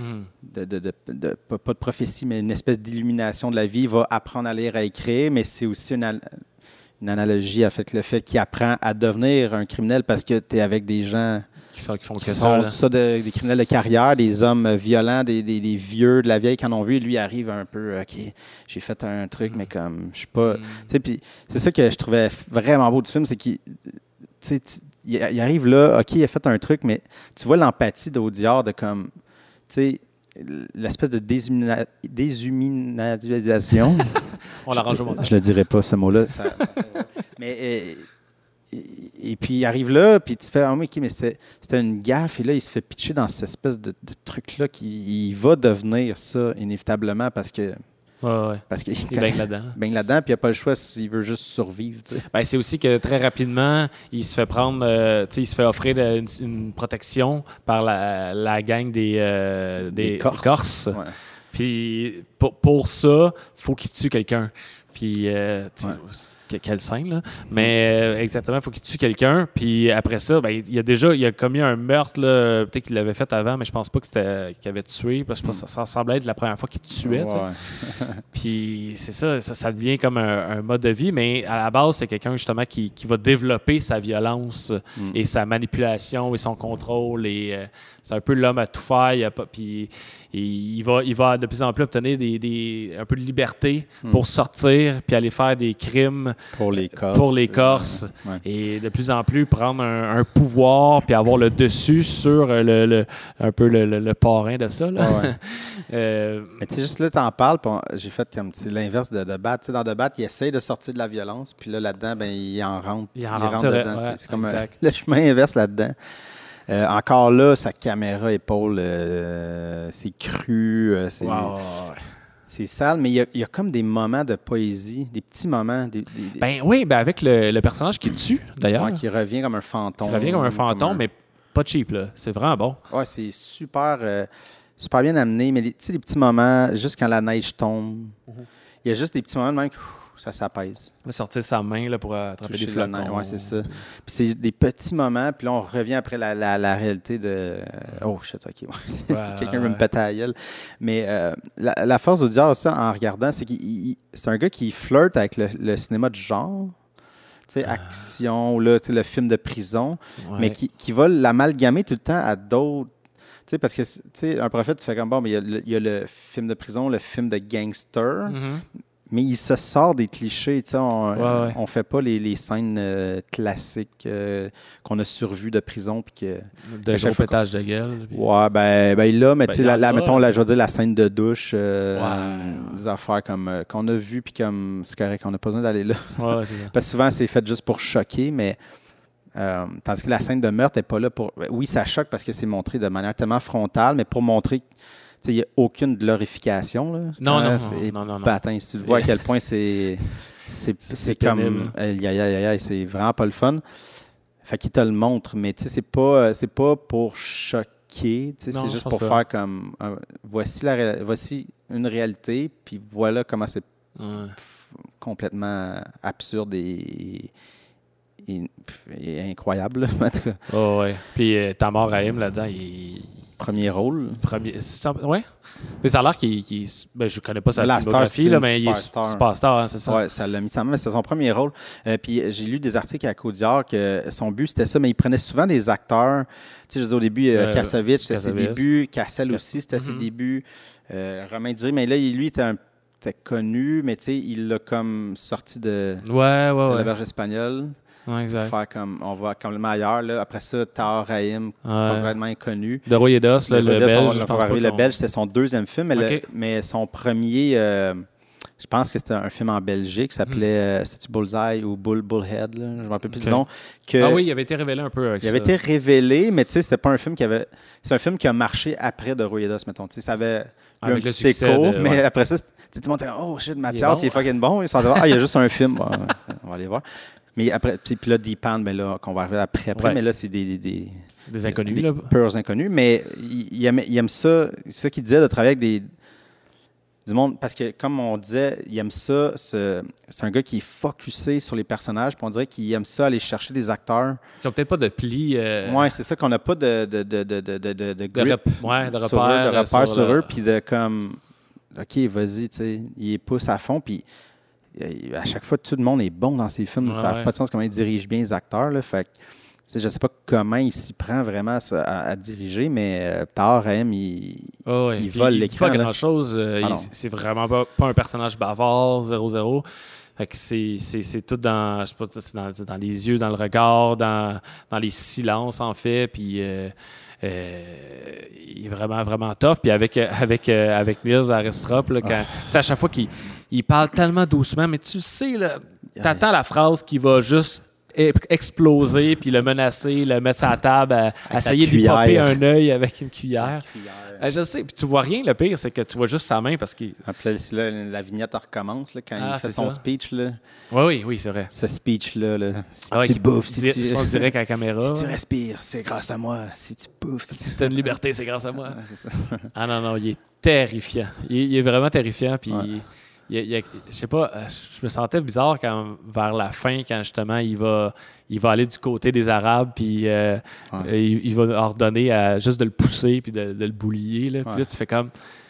S2: pas de prophétie, mais une espèce d'illumination de la vie. Il va apprendre à lire et à écrire, mais c'est aussi une analogie avec le fait qu'il apprend à devenir un criminel parce que tu es avec des gens
S1: qui font que
S2: Qui
S1: ça.
S2: sont des criminels de carrière, des hommes violents, des vieux de la vieille qui en ont vu. Lui arrive un peu, OK, j'ai fait un truc, mais comme, je suis pas... Tu sais, puis c'est ça que je trouvais vraiment beau du film, c'est qu'il il arrive là, OK, il a fait un truc, mais tu vois l'empathie d'Audiard de comme, tu sais, l'espèce de déshumanisation.
S1: On l'arrange au montage.
S2: Je le dirais pas, ce mot-là. Mais... Et puis, il arrive là, puis tu fais « Ah, OK, mais c'était une gaffe. » Et là, il se fait pitcher dans cette espèce de truc-là qui va devenir ça, inévitablement, parce que...
S1: Parce qu'il baigne là-dedans.
S2: Baigne là-dedans, puis il n'a pas le choix s'il veut juste survivre.
S1: Ben, c'est aussi que très rapidement, il se fait prendre, il se fait offrir une protection par la gang des Corses.
S2: Ouais.
S1: Puis pour ça, il faut qu'il tue quelqu'un. Puis, quelle scène, là. Mais exactement, il faut qu'il tue quelqu'un. Puis après ça, ben, il a commis un meurtre, là, peut-être qu'il l'avait fait avant, mais je pense pas que c'était qu'il avait tué. Parce que ça semblait être la première fois qu'il tuait. Puis c'est ça devient comme un mode de vie. Mais à la base, c'est quelqu'un justement qui va développer sa violence et sa manipulation et son contrôle. Et c'est un peu l'homme à tout faire. Puis il va de plus en plus obtenir un peu de liberté pour sortir puis aller faire des crimes
S2: pour les Corses.
S1: Et de plus en plus prendre un pouvoir puis avoir le dessus sur un peu le parrain de ça. Là.
S2: Mais tu sais, juste là, tu en parles, j'ai fait comme l'inverse de Bat. Tu sais, dans Bat, il essaye de sortir de la violence, puis là, là-dedans, ben, il en rentre. Il rentre dedans. C'est comme le chemin inverse là-dedans. Encore là, sa caméra épaule, c'est cru, c'est sale, mais il y a comme des moments de poésie, des petits moments.
S1: Avec le personnage qui tue, d'ailleurs.
S2: Qui revient comme un fantôme.
S1: Mais pas cheap, là. C'est vraiment bon.
S2: Ouais, c'est super bien amené, mais tu sais, des petits moments, juste quand la neige tombe, il y a juste des petits moments de même que ça s'apaise.
S1: Il va sortir sa main là, pour attraper des flocons.
S2: Oui, c'est ça. Puis c'est des petits moments, puis là, on revient après la réalité de... Oh, shit, OK. Quelqu'un veut me péter à la gueule. Mais la force d'Audiard, ça, en regardant, c'est c'est un gars qui flirte avec le cinéma de genre, tu sais, action, là, tu sais, le film de prison, mais qui va l'amalgamer tout le temps à d'autres. Tu sais, parce que, tu sais, un prophète, tu fais comme, bon, mais il y a le film de prison, le film de gangster, mais il se sort des clichés, tu sais, on fait pas les scènes classiques qu'on a survues de prison. Puis
S1: de gros pétage de gueule. Puis...
S2: Ouais, ben là, mais tu sais, mettons, je veux dire, la scène de douche, des affaires comme qu'on a vues, puis comme, c'est correct, on n'a pas besoin d'aller là.
S1: Ouais, c'est ça.
S2: Parce que souvent, c'est fait juste pour choquer, mais... tandis que la scène de meurtre n'est pas là pour... Oui, ça choque parce que c'est montré de manière tellement frontale, mais pour montrer qu'il n'y a aucune glorification. Là.
S1: Non.
S2: Patin, si tu vois à quel point c'est comme... c'est vraiment pas le fun. Fait qu'il te le montre, mais c'est pas pour choquer, c'est juste pour faire comme... voici une réalité, puis voilà comment c'est complètement absurde et incroyable, en tout cas.
S1: Oh, ouais. Puis Tamar Rahim, là-dedans,
S2: Premier rôle.
S1: Ouais. Mais ça a l'air qu'il je connais pas sa filmographie, là, mais il est superstar, hein, c'est ça?
S2: Oui, ça l'a mis ça, mais c'était son premier rôle. Puis j'ai lu des articles à Audiard que son but, c'était ça, mais il prenait souvent des acteurs. Tu sais, je disais au début, Kassovitch, c'était ses débuts. Cassel aussi, c'était ses débuts. Romain Duris, mais là, lui, était connu, mais tu sais, il l'a comme sorti de l'auberge espagnole.
S1: Ouais, exact.
S2: Faire comme, on va complètement ailleurs. Là. Après ça, Tahar Rahim, complètement inconnu.
S1: De Roy et d'Os, le Belge.
S2: Le Belge, c'était son deuxième film, mais son premier, je pense que c'était un film en Belgique, qui s'appelait c'était-tu Bullseye ou Bullhead, là, je ne me rappelle plus du nom.
S1: Oui, il avait été révélé un peu avec ça.
S2: Il avait été révélé, mais tu sais, c'était pas un film qui avait... C'est un film qui a marché après de Roy et d'Os, mettons. Ça avait eu un petit écho, mais après ça, tu te montres, oh shit, Mathias, il est fucking bon. Il y a juste un film. On va aller voir. Mais après, puis là, Deep End, qu'on va arriver après, mais là, c'est des
S1: inconnus.
S2: Des purs inconnus. Mais il aime ça. C'est ça qu'il disait de travailler avec du monde. Parce que, comme on disait, il aime ça. C'est un gars qui est focusé sur les personnages. Puis on dirait qu'il aime ça aller chercher des acteurs.
S1: Qui n'ont peut-être pas de pli.
S2: Oui, c'est ça, qu'on n'a pas de grip
S1: de
S2: repère sur eux. Puis de comme, OK, vas-y, tu sais, il les pousse à fond. Puis à chaque fois, tout le monde est bon dans ces films. Ça n'a pas de sens comment ils dirigent bien les acteurs. Là, fait Je ne sais pas comment il s'y prend vraiment à diriger, mais Tahar Rahim, il vole l'écran.
S1: Il dit pas grand-chose. C'est vraiment pas un personnage bavard, 0-0. Fait que c'est tout dans, je sais pas, c'est dans les yeux, dans le regard, dans les silences, en fait. Puis il est vraiment, vraiment tough. Puis avec Nils Arestrup, là, à chaque fois qu'il parle tellement doucement, mais tu sais, t'attends la phrase qui va juste exploser, puis le menacer, le mettre sur la table, essayer de lui popper un œil avec une cuillère. Je sais, puis tu vois rien, le pire, c'est que tu vois juste sa main parce qu'il...
S2: Là, la vignette recommence là, quand il fait son speech. Là.
S1: Oui, c'est vrai.
S2: Ce speech-là, si tu bouffes,
S1: on dirait qu'à la caméra.
S2: Si tu respires, c'est grâce à moi. Si tu bouffes,
S1: si tu as une liberté, c'est grâce à moi.
S2: C'est ça.
S1: Ah non, il est terrifiant. Il est vraiment terrifiant, puis... Je sais pas, je me sentais bizarre vers la fin, quand justement il va aller du côté des Arabes, puis il va ordonner juste de le pousser puis de le boulier. Là. Puis là, tu fais comme.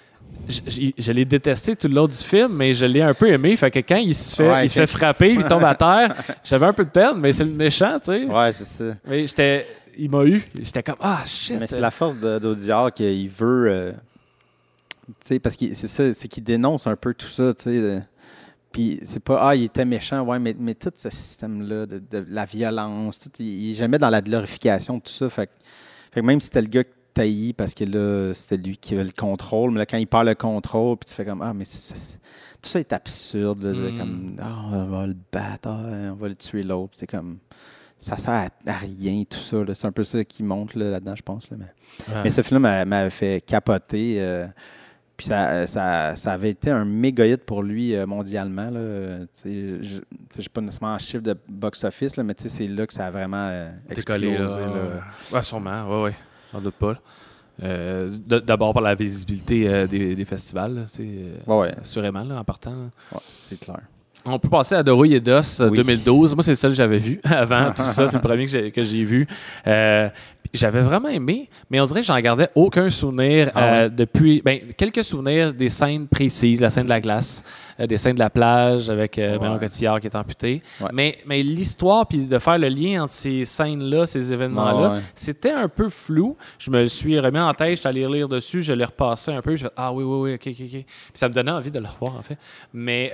S1: Je l'ai détesté tout le long du film, mais je l'ai un peu aimé. Fait que quand il se fait frapper, il tombe à terre, j'avais un peu de peine, mais c'est le méchant, tu sais.
S2: Ouais, c'est ça.
S1: Mais il m'a eu. J'étais comme, ah, shit.
S2: Mais c'est la force d'Audiard qu'il veut. Parce que c'est ça, c'est qu'il dénonce un peu tout ça, tu sais. Puis c'est pas, il était méchant, ouais, mais tout ce système-là, de la violence, tout, il n'est jamais dans la glorification, tout ça. Fait que même si c'était le gars que t'haïs parce que là, c'était lui qui avait le contrôle, mais là, quand il perd le contrôle, puis tu fais comme, mais tout ça est absurde, là, comme, on va le battre, on va le tuer l'autre, c'est comme... Ça sert à rien, tout ça. Là. C'est un peu ça qui monte là-dedans, je pense. Là, mais ce film m'avait fait capoter. Puis ça avait été un méga hit pour lui mondialement. Je n'ai pas nécessairement un chiffre de box-office, mais c'est là que ça a vraiment
S1: décollé.
S2: Explosé.
S1: Ouais, sûrement, oui. J'en doute pas. D'abord par la visibilité des festivals, assurément, là, en partant.
S2: Ouais, c'est clair.
S1: On peut passer à Doro Yedos 2012. Moi, c'est le seul que j'avais vu avant tout ça. C'est le premier que j'ai vu. J'avais vraiment aimé, mais on dirait que j'en gardais aucun souvenir depuis... quelques souvenirs des scènes précises, la scène de la glace, des scènes de la plage avec Marion Cotillard qui est amputé. Ouais. Mais l'histoire, puis de faire le lien entre ces scènes-là, ces événements-là, c'était un peu flou. Je me le suis remis en tête, je suis allé lire dessus, je l'ai repassé un peu, je fais oui, OK. Puis ça me donnait envie de le revoir, en fait. Mais,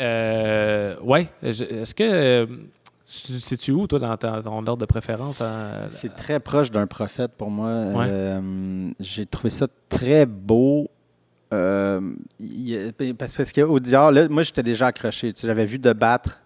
S1: est-ce que... sais-tu où, toi, dans ton ordre de préférence?
S2: C'est très proche d'un prophète pour moi. Ouais. J'ai trouvé ça très beau. Parce qu'Audiard, là, moi, j'étais déjà accroché. J'avais vu De battre.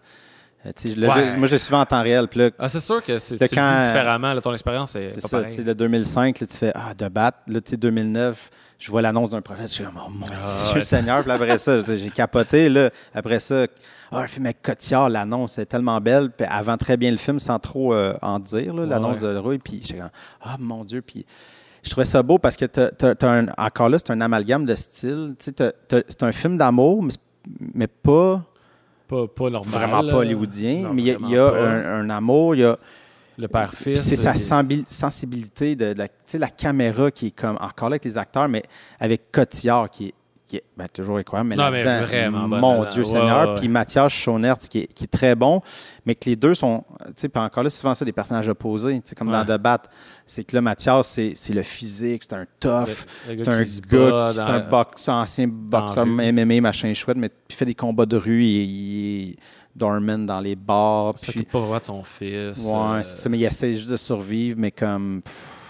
S2: Moi, je le suivais en temps réel. Là,
S1: c'est sûr que tu le vis différemment. Là, ton expérience, c'est pas pareil.
S2: Le 2005, là, tu fais De battre. Là, 2009, je vois l'annonce d'un prophète. Je suis comme, oh mon Dieu, Seigneur. Puis après ça, j'ai capoté. Là. Après ça, le film avec Cotillard, l'annonce est tellement belle. Puis elle vend très bien le film sans trop en dire, là, l'annonce de Rouille. Puis j'étais comme, mon Dieu. Puis je trouvais ça beau parce que encore là, c'est un amalgame de style. C'est un film d'amour, mais pas
S1: normal.
S2: Vraiment pas hollywoodien. Non, mais il y a un amour, il y a...
S1: Le père-fils.
S2: C'est sa sensibilité de la caméra qui est comme, encore là avec les acteurs, mais avec Cotillard qui est toujours incroyable, mais là-dedans,
S1: vraiment
S2: mon Dieu Seigneur. Puis Mathias Schoenaerts qui est très bon, mais que les deux sont, puis encore là, souvent ça, des personnages opposés, comme dans The Bat. C'est que là, Mathias, c'est le physique, c'est un tough, c'est un gars, c'est un ancien boxeur MMA, machin chouette, mais il fait des combats de rue, il est dormant dans les bars.
S1: Il s'occupe pas vraiment de son fils.
S2: Ouais, c'est ça, mais il essaie juste de survivre, mais comme...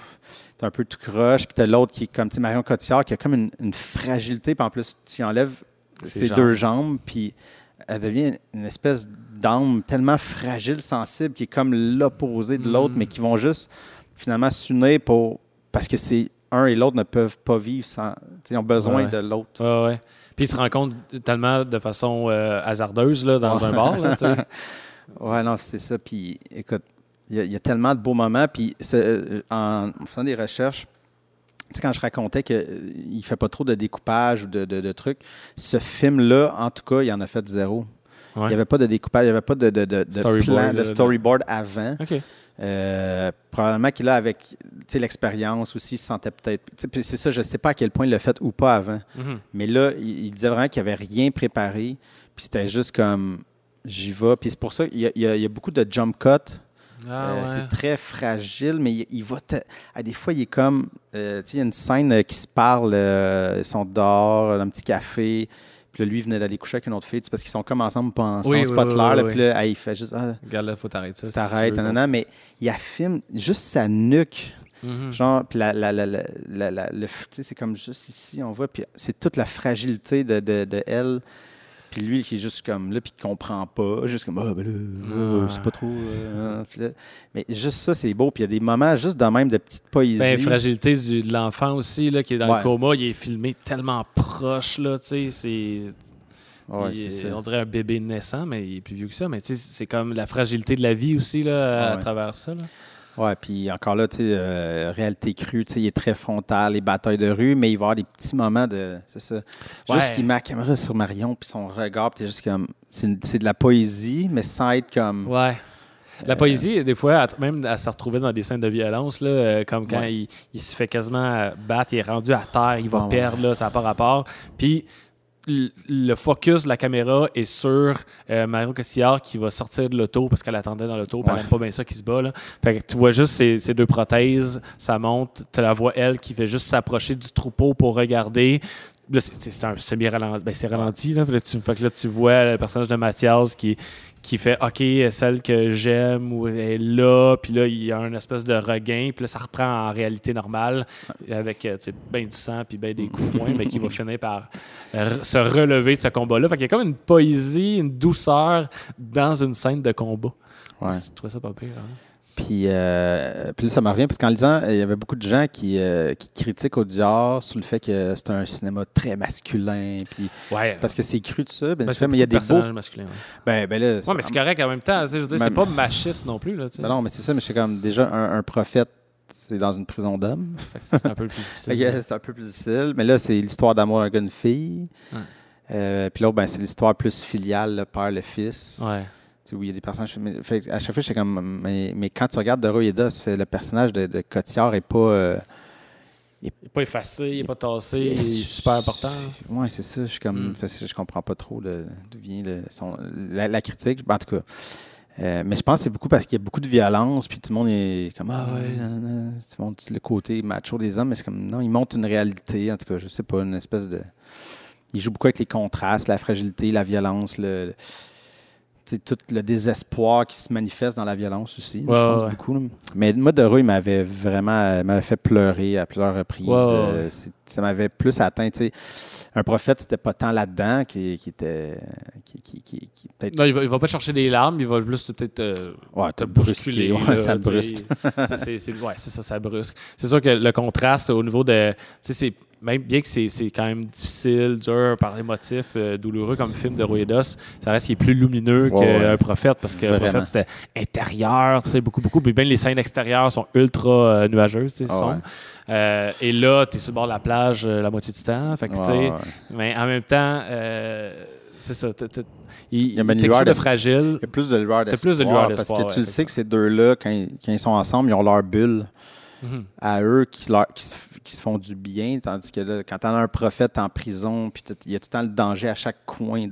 S2: un peu tout croche, puis t'as l'autre qui est comme Marion Cotillard, qui a comme une fragilité, puis en plus, tu enlèves ses deux jambes, puis elle devient une espèce d'âme tellement fragile, sensible, qui est comme l'opposé de l'autre, mais qui vont juste finalement s'unir parce que c'est un et l'autre ne peuvent pas vivre sans... Ils ont besoin de l'autre.
S1: Ouais. Puis ils se rencontrent tellement de façon hasardeuse là, dans un bar. Là,
S2: ouais, non, c'est ça. Puis écoute, il y a tellement de beaux moments. Puis en faisant des recherches, quand je racontais qu'il ne fait pas trop de découpage ou de trucs, ce film-là, en tout cas, il en a fait zéro. Ouais. Il n'y avait pas de découpage, il n'y avait pas de plan, de storyboard avant. Okay. Probablement qu'il a avec l'expérience aussi, il se sentait peut-être... C'est ça, je ne sais pas à quel point il l'a fait ou pas avant. Mm-hmm. Mais là, il disait vraiment qu'il n'avait rien préparé. Puis c'était juste comme, j'y vais. Puis c'est pour ça qu'il y a beaucoup de jump cuts. C'est très fragile, mais il va... À des fois, il est comme... tu sais, il y a une scène qui se parle, ils sont dehors, dans un petit café, puis là, lui, il venait d'aller coucher avec une autre fille, parce qu'ils sont comme ensemble, pas ensemble, c'est pas clair, là, puis là, il fait juste...
S1: Regarde, là, faut t'arrêter ça.
S2: T'arrêtes, mais il affine juste sa nuque. Genre, puis c'est comme juste ici, on voit, puis c'est toute la fragilité de elle. Puis lui qui est juste comme là, puis qui comprend pas, juste comme c'est pas trop. Là, mais juste ça, c'est beau. Puis il y a des moments juste de même de petite poésie.
S1: Ben, fragilité de l'enfant aussi, là, qui est dans le coma, il est filmé tellement proche, là, tu sais, c'est. On dirait un bébé naissant, mais il est plus vieux que ça. Mais tu sais, c'est comme la fragilité de la vie aussi, là, à travers ça, là.
S2: Ouais, puis encore là, tu sais, réalité crue, tu sais, il est très frontal, les batailles de rue, mais il va y avoir des petits moments de. C'est ça. Juste qu'il met la caméra sur Marion, puis son regard, puis t'es juste comme. C'est de la poésie, mais sans être comme.
S1: Ouais. La poésie, des fois, même à se retrouver dans des scènes de violence, là, comme quand il se fait quasiment battre, il est rendu à terre, il va perdre, là, ça n'a pas rapport. Puis. Le focus de la caméra est sur Marion Cotillard qui va sortir de l'auto parce qu'elle attendait dans l'auto, puis elle n'aime pas bien ça qui se bat. Là. Fait que tu vois juste ces deux prothèses, ça monte, tu la vois elle qui fait juste s'approcher du troupeau pour regarder. Là, c'est un semi-ralenti. Ben, c'est ralenti. Là. Fait que là, tu vois le personnage de Mathias qui fait « OK, celle que j'aime ou elle est là », puis là, il y a une espèce de regain, puis là, ça reprend en réalité normale avec bien du sang puis bien des coups de poing, mais qui va finir par se relever de ce combat-là. Fait qu'il y a comme une poésie, une douceur dans une scène de combat.
S2: Ouais.
S1: Je trouvais ça pas pire. Hein?
S2: Puis là, ça me revient, parce qu'en lisant, il y avait beaucoup de gens qui critiquent Audiard sur le fait que c'est un cinéma très masculin. Puis, parce que c'est cru de ça. Mais il y a des
S1: personnages masculins.
S2: Ouais. Ben là,
S1: mais c'est correct en même temps. Je veux dire, c'est pas machiste non plus. Là,
S2: non, mais c'est ça, mais c'est comme déjà un prophète, c'est dans une prison d'hommes.
S1: C'est un peu plus difficile.
S2: C'est un peu plus difficile. Mais là, c'est l'histoire d'amour d'un gars et une fille. Puis là, c'est l'histoire plus filiale, le père, le fils.
S1: Ouais.
S2: Oui, il y a des personnages. À chaque fois, j'étais comme. Mais quand tu regardes de Royedas, le personnage de Cotillard n'est pas.
S1: Il n'est pas effacé, il n'est pas tassé, il est super important.
S2: Oui, c'est ça. Je suis comme. Je comprends pas trop d'où vient la critique. En tout cas. Mais je pense que c'est beaucoup parce qu'il y a beaucoup de violence, puis tout le monde est comme tu montres le côté macho des hommes, mais c'est comme non, il montre une réalité, en tout cas, je sais pas, une espèce de. Il joue beaucoup avec les contrastes, la fragilité, la violence, tout le désespoir qui se manifeste dans la violence aussi, je pense beaucoup. Là. Mais moi, de Rue, il m'avait fait pleurer à plusieurs reprises. Ça m'avait plus atteint. Un prophète, c'était pas tant là-dedans qui était... peut-être...
S1: Non, il va pas chercher des larmes, il va plus peut-être
S2: te bousculer. Ça le brusque.
S1: C'est ça brusque. C'est sûr que le contraste au niveau de... c'est même bien que c'est quand même difficile, dur, par les motifs douloureux comme film de Royedas, ça reste qu'il est plus lumineux qu'un prophète, parce que le prophète, c'était intérieur, beaucoup. Puis bien, les scènes extérieures sont ultra nuageuses, sombres. Et là, tu es sur le bord de la plage la moitié du temps. Fait que, mais en même temps, c'est ça. Il y a quelque chose de fragile.
S2: Il y a plus de lueur d'espoir. Parce que tu le sais que ces deux-là, quand ils sont ensemble, ils ont leur bulle. À eux qui se font du bien, tandis que là, quand tu as un prophète en prison, puis il y a tout le temps le danger à chaque coin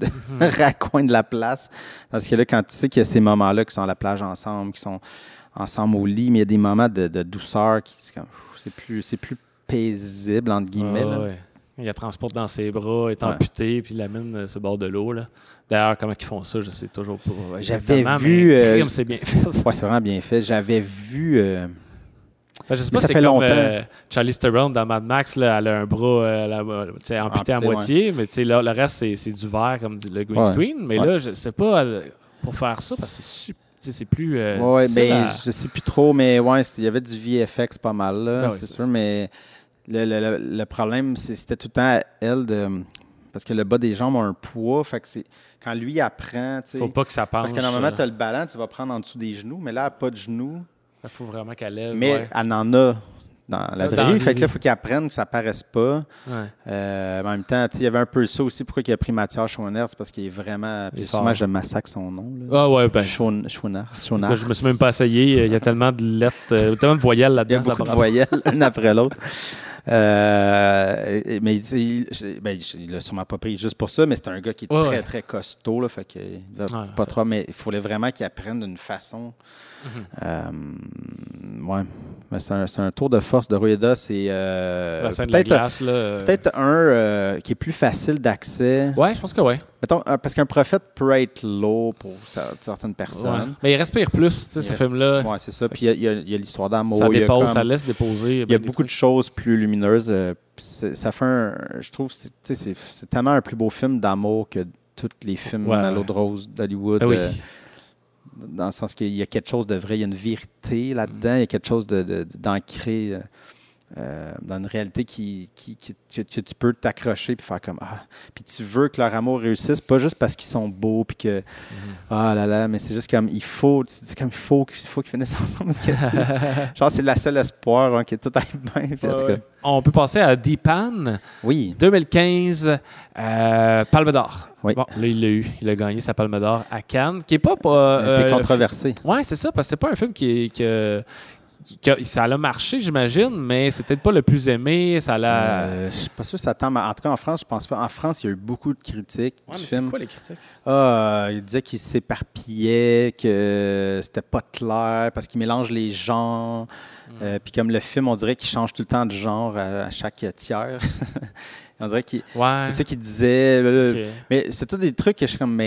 S2: de la place. Tandis que là, quand tu sais qu'il y a ces moments-là qui sont à la plage ensemble, qui sont ensemble au lit, mais il y a des moments de douceur qui c'est plus paisible, entre guillemets.
S1: Il la transporte dans ses bras, est amputé, puis il l'amène sur le bord de l'eau. Là. D'ailleurs, comment ils font ça, je sais toujours pas.
S2: J'avais vu...
S1: c'est bien fait.
S2: Oui, c'est vraiment bien fait. J'avais vu...
S1: je sais pas, c'est comme Charlize Theron dans Mad Max, là, elle a un bras amputé à moitié, mais là, le reste, c'est du verre, comme dit le green screen. Mais là, je sais pas pour faire ça, parce que c'est plus.
S2: Je sais plus trop, mais il y avait du VFX pas mal, là, c'est sûr, mais le problème, c'était tout le temps à elle parce que le bas des jambes a un poids, fait que quand lui apprend.
S1: Faut pas que ça penche.
S2: Parce que normalement, tu as le ballon, tu vas prendre en dessous des genoux, mais là, elle n'a pas de genoux.
S1: Il faut vraiment qu'elle lève.
S2: Mais elle en a dans la vraie vie. Fait que là, il faut qu'elle apprenne que ça ne paraisse pas. En même temps, il y avait un peu ça aussi. Pourquoi il a pris Mathias Schoenaerts? C'est parce qu'il est vraiment... Puis souvent, je massacre son nom. Schoenaerts.
S1: Je me suis même pas essayé. Il y a tellement de lettres, tellement de voyelles là-dedans.
S2: Il y a beaucoup de voyelles, une après l'autre. Mais il l'a sûrement pas pris juste pour ça, mais c'est un gars qui est très, très costaud. Là, fait qu'il pas trop. Mais il fallait vraiment qu'il apprenne d'une façon... Ouais. Mais c'est un tour de force de Rueda. C'est peut-être un qui est plus facile d'accès.
S1: Ouais, je pense que oui.
S2: Mettons, parce qu'un prophète peut être lourd pour certaines personnes.
S1: Ouais. Mais il respire plus, tu sais, ce film-là.
S2: Oui, c'est ça. Puis il y a l'histoire d'amour.
S1: Ça laisse déposer.
S2: Il y a beaucoup de choses plus lumineuses. Ça fait je trouve c'est tellement un plus beau film d'amour que tous les films à l'eau de rose d'Hollywood.
S1: Oui.
S2: Dans le sens qu'il y a quelque chose de vrai, il y a une vérité là-dedans, il y a quelque chose d'ancré dans une réalité que tu peux t'accrocher puis faire comme puis tu veux que leur amour réussisse, pas juste parce qu'ils sont beaux puis que mais c'est juste comme il faut qu'ils finissent ensemble parce que c'est la seule espoir que tout aille bien.
S1: On peut passer à Deepan.
S2: Oui.
S1: 2015, Palme d'Or.
S2: Oui.
S1: Bon, là, il l'a eu. Il a gagné sa Palme d'Or à Cannes, qui n'est pas...
S2: T'es controversé.
S1: Oui, c'est ça, parce que c'est pas un film ça a marché, j'imagine, mais c'est peut-être pas le plus aimé.
S2: Je suis pas sûr que ça tend. En tout cas, en France, je pense pas. En France, il y a eu beaucoup de critiques du film.
S1: C'est quoi les critiques?
S2: Il disait qu'il s'éparpillait, que c'était pas clair, parce qu'il mélange les genres. Puis comme le film, on dirait qu'il change tout le temps de genre à chaque tiers. On dirait qu'il... C'est ça qu'il disait. Okay. Mais c'est tous des trucs que je suis comme...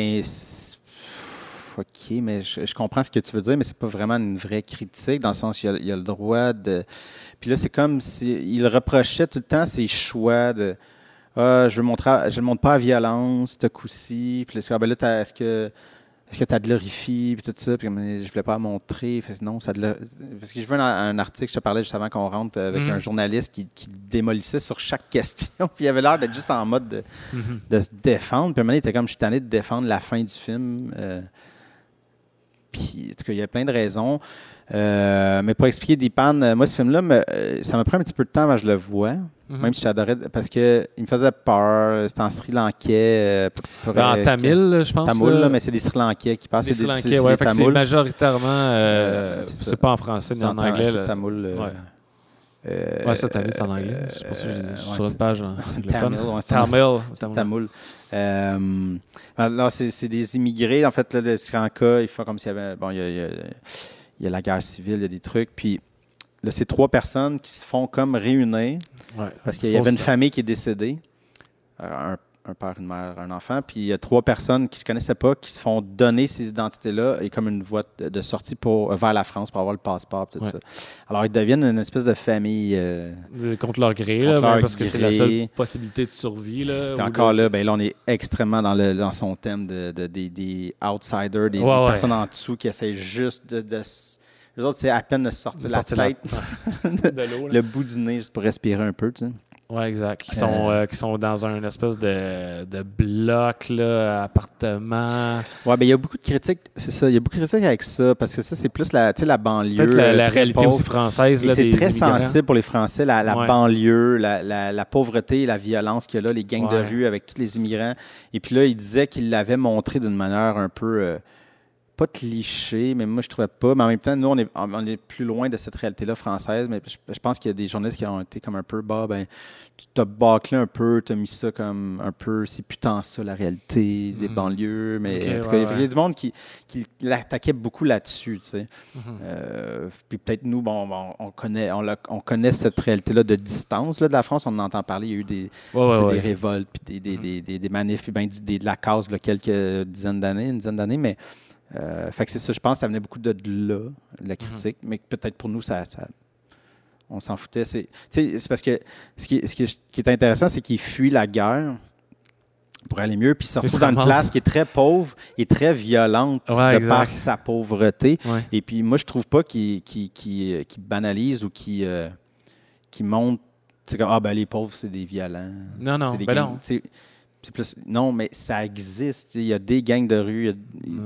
S2: OK, mais je comprends ce que tu veux dire, mais c'est pas vraiment une vraie critique, dans le sens qu'il y a le droit de... Puis là, c'est comme s'il reprochait tout le temps ses choix de « je le montre pas à violence, ce coup-ci. » Puis là, est-ce que tu as glorifié, puis tout ça, puis je voulais pas la montrer. Non, parce que je veux un article, je te parlais juste avant qu'on rentre, avec un journaliste qui démolissait sur chaque question, puis il avait l'air d'être juste en mode de se défendre. Puis à un moment donné, il était comme, je suis tanné de défendre la fin du film. Puis, en tout cas, il y a plein de raisons. Mais pour expliquer Deepan, moi, ce film-là, ça m'a pris un petit peu de temps avant que je le vois. Même si j'adorais, parce qu'il me faisait peur. C'était en Sri Lankais.
S1: En tamil, je pense.
S2: Tamoul, là, mais c'est des Sri Lankais qui passent.
S1: C'est des Sri Lankais, oui. C'est majoritairement, c'est pas en français, mais en anglais.
S2: C'est tamoul.
S1: Ça, tamil, c'est en anglais. Je sais pas si j'ai sur une page anglophone.
S2: Tamoul. Là, c'est des immigrés. En fait, là, le Sri Lanka, il faut comme s'il y avait... Bon, il y a la guerre civile, il y a des trucs. Puis là, c'est 3 personnes qui se font comme réunir parce qu'il y avait une famille qui est décédée. Un père, une mère, un enfant. Puis il y a 3 personnes qui ne se connaissaient pas, qui se font donner ces identités-là et comme une voie de sortie vers la France pour avoir le passeport. Tout ça. Alors, ils deviennent une espèce de famille...
S1: contre leur gré, parce que c'est la seule possibilité de survie. Là,
S2: encore là, on est extrêmement dans son thème des outsiders, des personnes en dessous qui essaient juste de les autres, c'est à peine de sortir la tête de l'eau, le bout du nez, juste pour respirer un peu, tu sais.
S1: Oui, exact. Qui sont dans un espèce de bloc, là, appartement.
S2: Oui, il y a beaucoup de critiques, c'est ça. Il y a beaucoup de critiques avec ça, parce que ça, c'est plus la banlieue.
S1: Peut-être la réalité aussi française. Là,
S2: c'est très sensible pour les Français, la banlieue, la pauvreté, la violence qu'il y a là, les gangs de rue avec tous les immigrants. Et puis là, il disait qu'il l'avait montré d'une manière un peu... pas cliché, mais moi, je ne trouvais pas. Mais en même temps, nous, on est plus loin de cette réalité-là française. Mais je pense qu'il y a des journalistes qui ont été comme un peu, tu t'as bâclé un peu, tu as mis ça comme un peu, c'est putain ça, la réalité des banlieues. Mais en tout cas, il y a du monde qui l'attaquait beaucoup là-dessus, tu sais. Puis peut-être nous, on connaît cette réalité-là de distance là, de la France. On en entend parler. Il y a eu des révoltes, puis des manifs, puis de la cause il y a quelques dizaines d'années, une dizaine d'années, mais... fait que c'est ça, je pense que ça venait beaucoup de là, la critique, mais peut-être pour nous, on s'en foutait. C'est parce que ce qui est intéressant, c'est qu'il fuit la guerre pour aller mieux, puis il se retrouve dans une place qui est très pauvre et très violente par sa pauvreté. Ouais. Et puis moi, je trouve pas qu'il banalise ou qu'il montre, c'est comme, les pauvres, c'est des violents.
S1: Non, non.
S2: C'est plus, non, mais ça existe. Il y a des gangs de rue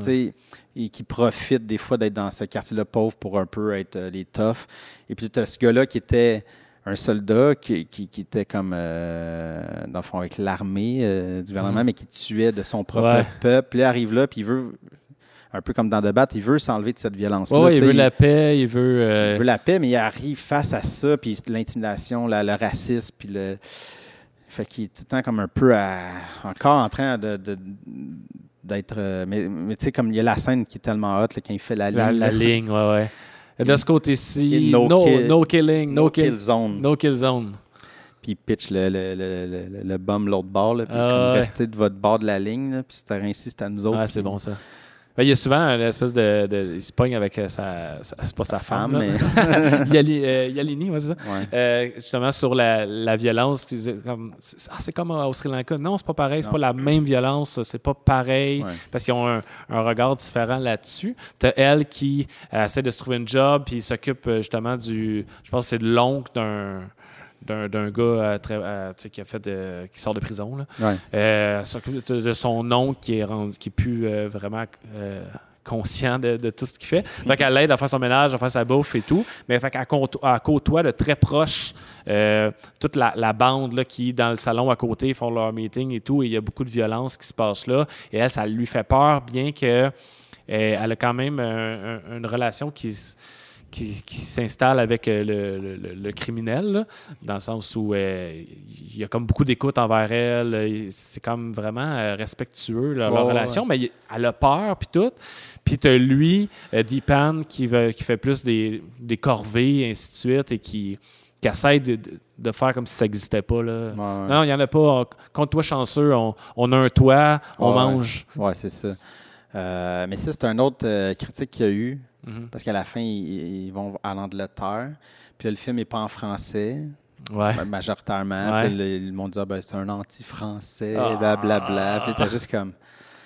S2: qui profitent des fois d'être dans ce quartier-là pauvre pour un peu être les toughs. Et puis, tu as ce gars-là qui était un soldat qui était comme, dans le fond, avec l'armée du gouvernement, mais qui tuait de son propre peuple. Là, il arrive là, puis il veut, un peu comme dans The Bat, il veut s'enlever de cette violence-là.
S1: Il veut la paix, il veut
S2: la paix, mais il arrive face à ça, puis l'intimidation, le racisme, puis le... Fait qu'il est tout le temps comme un peu encore en train de d'être... mais tu sais, comme il y a la scène qui est tellement hot, là, quand il fait la ligne.
S1: La ligne, ouais. De ce côté-ci,
S2: No
S1: killing, no kill
S2: zone.
S1: No kill zone.
S2: Puis il pitch le bum l'autre bord, là, puis comme rester de votre bord de la ligne, là, puis c'était ainsi, c'était à nous autres.
S1: Ah, c'est bon ça. Ben, il y a souvent une espèce il se pogne avec c'est pas sa femme, mais... Yalini, c'est ça?
S2: Ouais.
S1: Justement, sur la violence, c'est comme au Sri Lanka. Non, c'est pas pareil, c'est pas la même violence, c'est pas pareil, parce qu'ils ont un regard différent là-dessus. T'as elle qui essaie de se trouver un job, puis s'occupe justement je pense que c'est de l'oncle d'un gars qui sort de prison. Là. S'occupe de son oncle qui est plus vraiment conscient de tout ce qu'il fait. Fait qu'elle l'aide à faire son ménage, à faire sa bouffe et tout. Mais fait qu'elle côtoie de très proche toute la bande là, qui, dans le salon à côté, font leur meeting et tout. Et il y a beaucoup de violence qui se passe là. Et elle, ça lui fait peur, bien que elle a quand même une relation qui s'installe avec le criminel, là, dans le sens où il y a comme beaucoup d'écoute envers elle. C'est comme vraiment respectueux, leur relation, mais elle a peur, puis tout. Puis tu as lui, Deepan, qui fait plus des corvées, et ainsi de suite, et qui essaie de faire comme si ça n'existait pas. Là. Non, il n'y en a pas. Compte-toi chanceux, on a un toit, on mange.
S2: Ouais, c'est ça. Mais ça, c'est un autre critique qu'il y a eu. Parce qu'à la fin, ils vont à l'Angleterre. Puis là, le film n'est pas en français, majoritairement. Puis là, ils m'ont dit c'est un anti-français, blablabla. Puis t'as juste comme...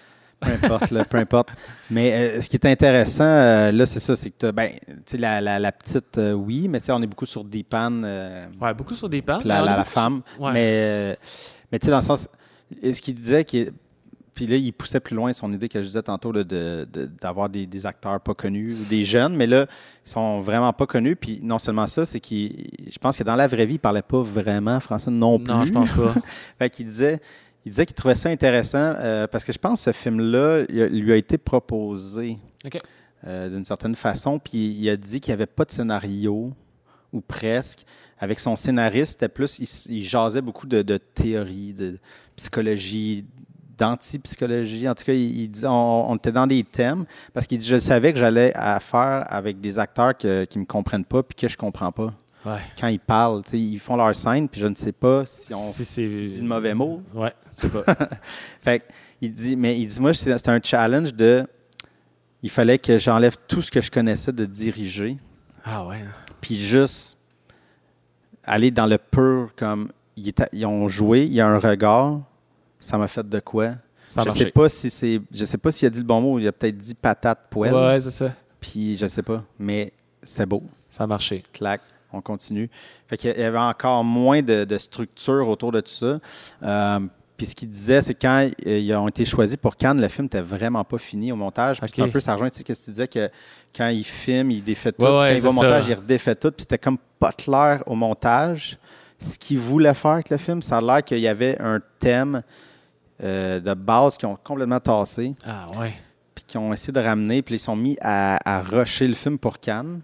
S2: Peu importe. Mais ce qui est intéressant, là, c'est ça, c'est que tu sais, la petite, oui, mais tu sais, on est beaucoup sur Deepan.
S1: Beaucoup sur Deepan.
S2: La femme. Mais tu sais, dans le sens... Ce qu'il disait... Puis là, il poussait plus loin son idée que je disais tantôt là, d'avoir des acteurs pas connus ou des jeunes, mais là, ils sont vraiment pas connus. Puis non seulement ça, c'est je pense que dans la vraie vie, il parlait pas vraiment français non plus.
S1: Non, je pense pas.
S2: Fait qu'il disait qu'il trouvait ça intéressant parce que je pense que ce film-là, lui a été proposé d'une certaine façon. Puis il a dit qu'il n'y avait pas de scénario, ou presque. Avec son scénariste, c'était plus, il jasait beaucoup de théorie, de psychologie, d'antipsychologie. En tout cas, il dit, on était dans des thèmes parce qu'il dit, je savais que j'allais faire avec des acteurs qui ne me comprennent pas puis que je ne comprends pas. Quand ils parlent, ils font leur scène puis je ne sais pas si on dit le mauvais mot.
S1: Ouais, c'est pas.
S2: Fait il dit, moi, c'est un challenge il fallait que j'enlève tout ce que je connaissais de diriger.
S1: Ah ouais.
S2: Puis juste aller dans le pur, comme ils ont joué, il y a un regard. Ça m'a fait de quoi? Je sais pas s'il a dit le bon mot. Il a peut-être dit patate poêle.
S1: Ouais, c'est ça.
S2: Puis je sais pas. Mais c'est beau.
S1: Ça a marché.
S2: Clac. On continue. Fait qu'il y avait encore moins de structure autour de tout ça. Puis ce qu'il disait, c'est quand ils ont été choisis pour Cannes, le film n'était vraiment pas fini au montage. Puis c'est un peu, ça rejoint, tu sais, qu'est-ce que tu disais, que quand il filme, il défait tout. Quand il va au montage, il redéfait tout. Puis c'était comme pas clair au montage ce qu'il voulait faire avec le film. Ça a l'air qu'il y avait un thème de base qui ont complètement tassé.
S1: Ah ouais.
S2: Puis qui ont essayé de ramener. Puis ils sont mis à rusher le film pour Cannes.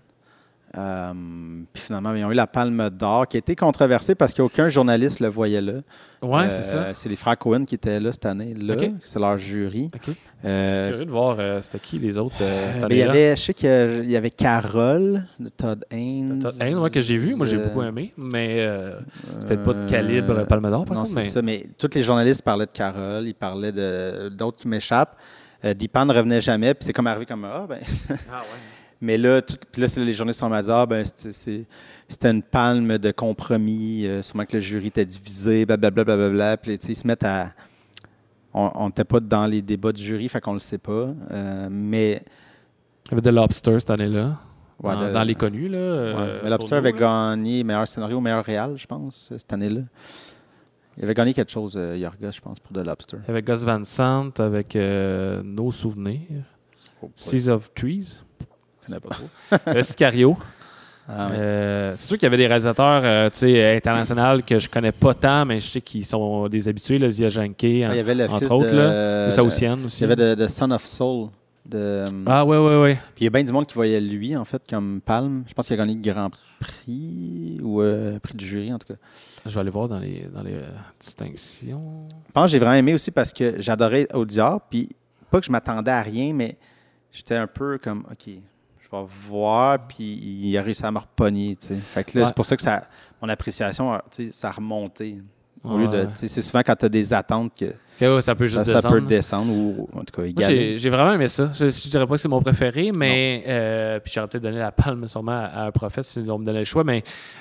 S2: Puis finalement, ils ont eu la Palme d'Or qui a été controversée parce qu'aucun journaliste le voyait là.
S1: Oui, c'est ça.
S2: C'est les frères Cohen qui étaient là cette année. Là. C'est leur jury.
S1: Je suis curieux de voir c'était qui les autres cette année.
S2: Je sais qu'il y avait Carole de Todd Haynes.
S1: Todd Haynes, que j'ai vu. Moi, j'ai beaucoup aimé. Mais peut-être pas de calibre Palme d'Or, par contre.
S2: Non, c'est ça. Mais tous les journalistes parlaient de Carole. Ils parlaient d'autres qui m'échappent. Deepan ne revenait jamais. Puis c'est comme arrivé comme ah ouais. Mais là, les journalistes sont dit c'était une palme de compromis, sûrement que le jury était divisé, blablabla. Puis ils se mettent à... On n'était pas dans les débats du jury, fait qu'on le sait pas. Mais...
S1: Il y avait The Lobster cette année-là, dans les connus.
S2: Mais Lobster avait gagné meilleur scénario, meilleur réal, je pense, cette année-là. Il avait gagné quelque chose, Yorga, je pense, pour The Lobster.
S1: Avec Gus Van Sant, avec Nos Souvenirs, Seas of Trees. Je ne connais pas trop. Sicario. C'est sûr qu'il y avait des réalisateurs internationaux que je connais pas tant, mais je sais qu'ils sont des habitués. Là, Zia Janke, entre autres. Ou Saoussienne aussi.
S2: Il y avait The Son of Soul.
S1: Oui.
S2: Puis il y a bien du monde qui voyait lui, en fait, comme palme. Je pense qu'il a gagné le Grand Prix ou Prix du jury, en tout cas.
S1: Je vais aller voir dans les distinctions.
S2: Je pense que j'ai vraiment aimé aussi parce que j'adorais Audiard. Puis pas que je m'attendais à rien, mais j'étais un peu comme, OK, je vais voir, puis il a réussi à me repogner, tu sais. Fait que là, c'est pour ça que mon appréciation, tu sais, ça a remonté. Au lieu de, c'est souvent quand tu as des attentes que
S1: ça peut juste
S2: ça
S1: descendre.
S2: peut descendre ou en tout cas égaler.
S1: J'ai vraiment aimé ça. Je dirais pas que c'est mon préféré, mais puis j'aurais peut-être donné la palme sûrement à un prophète si on me donnait le choix, mais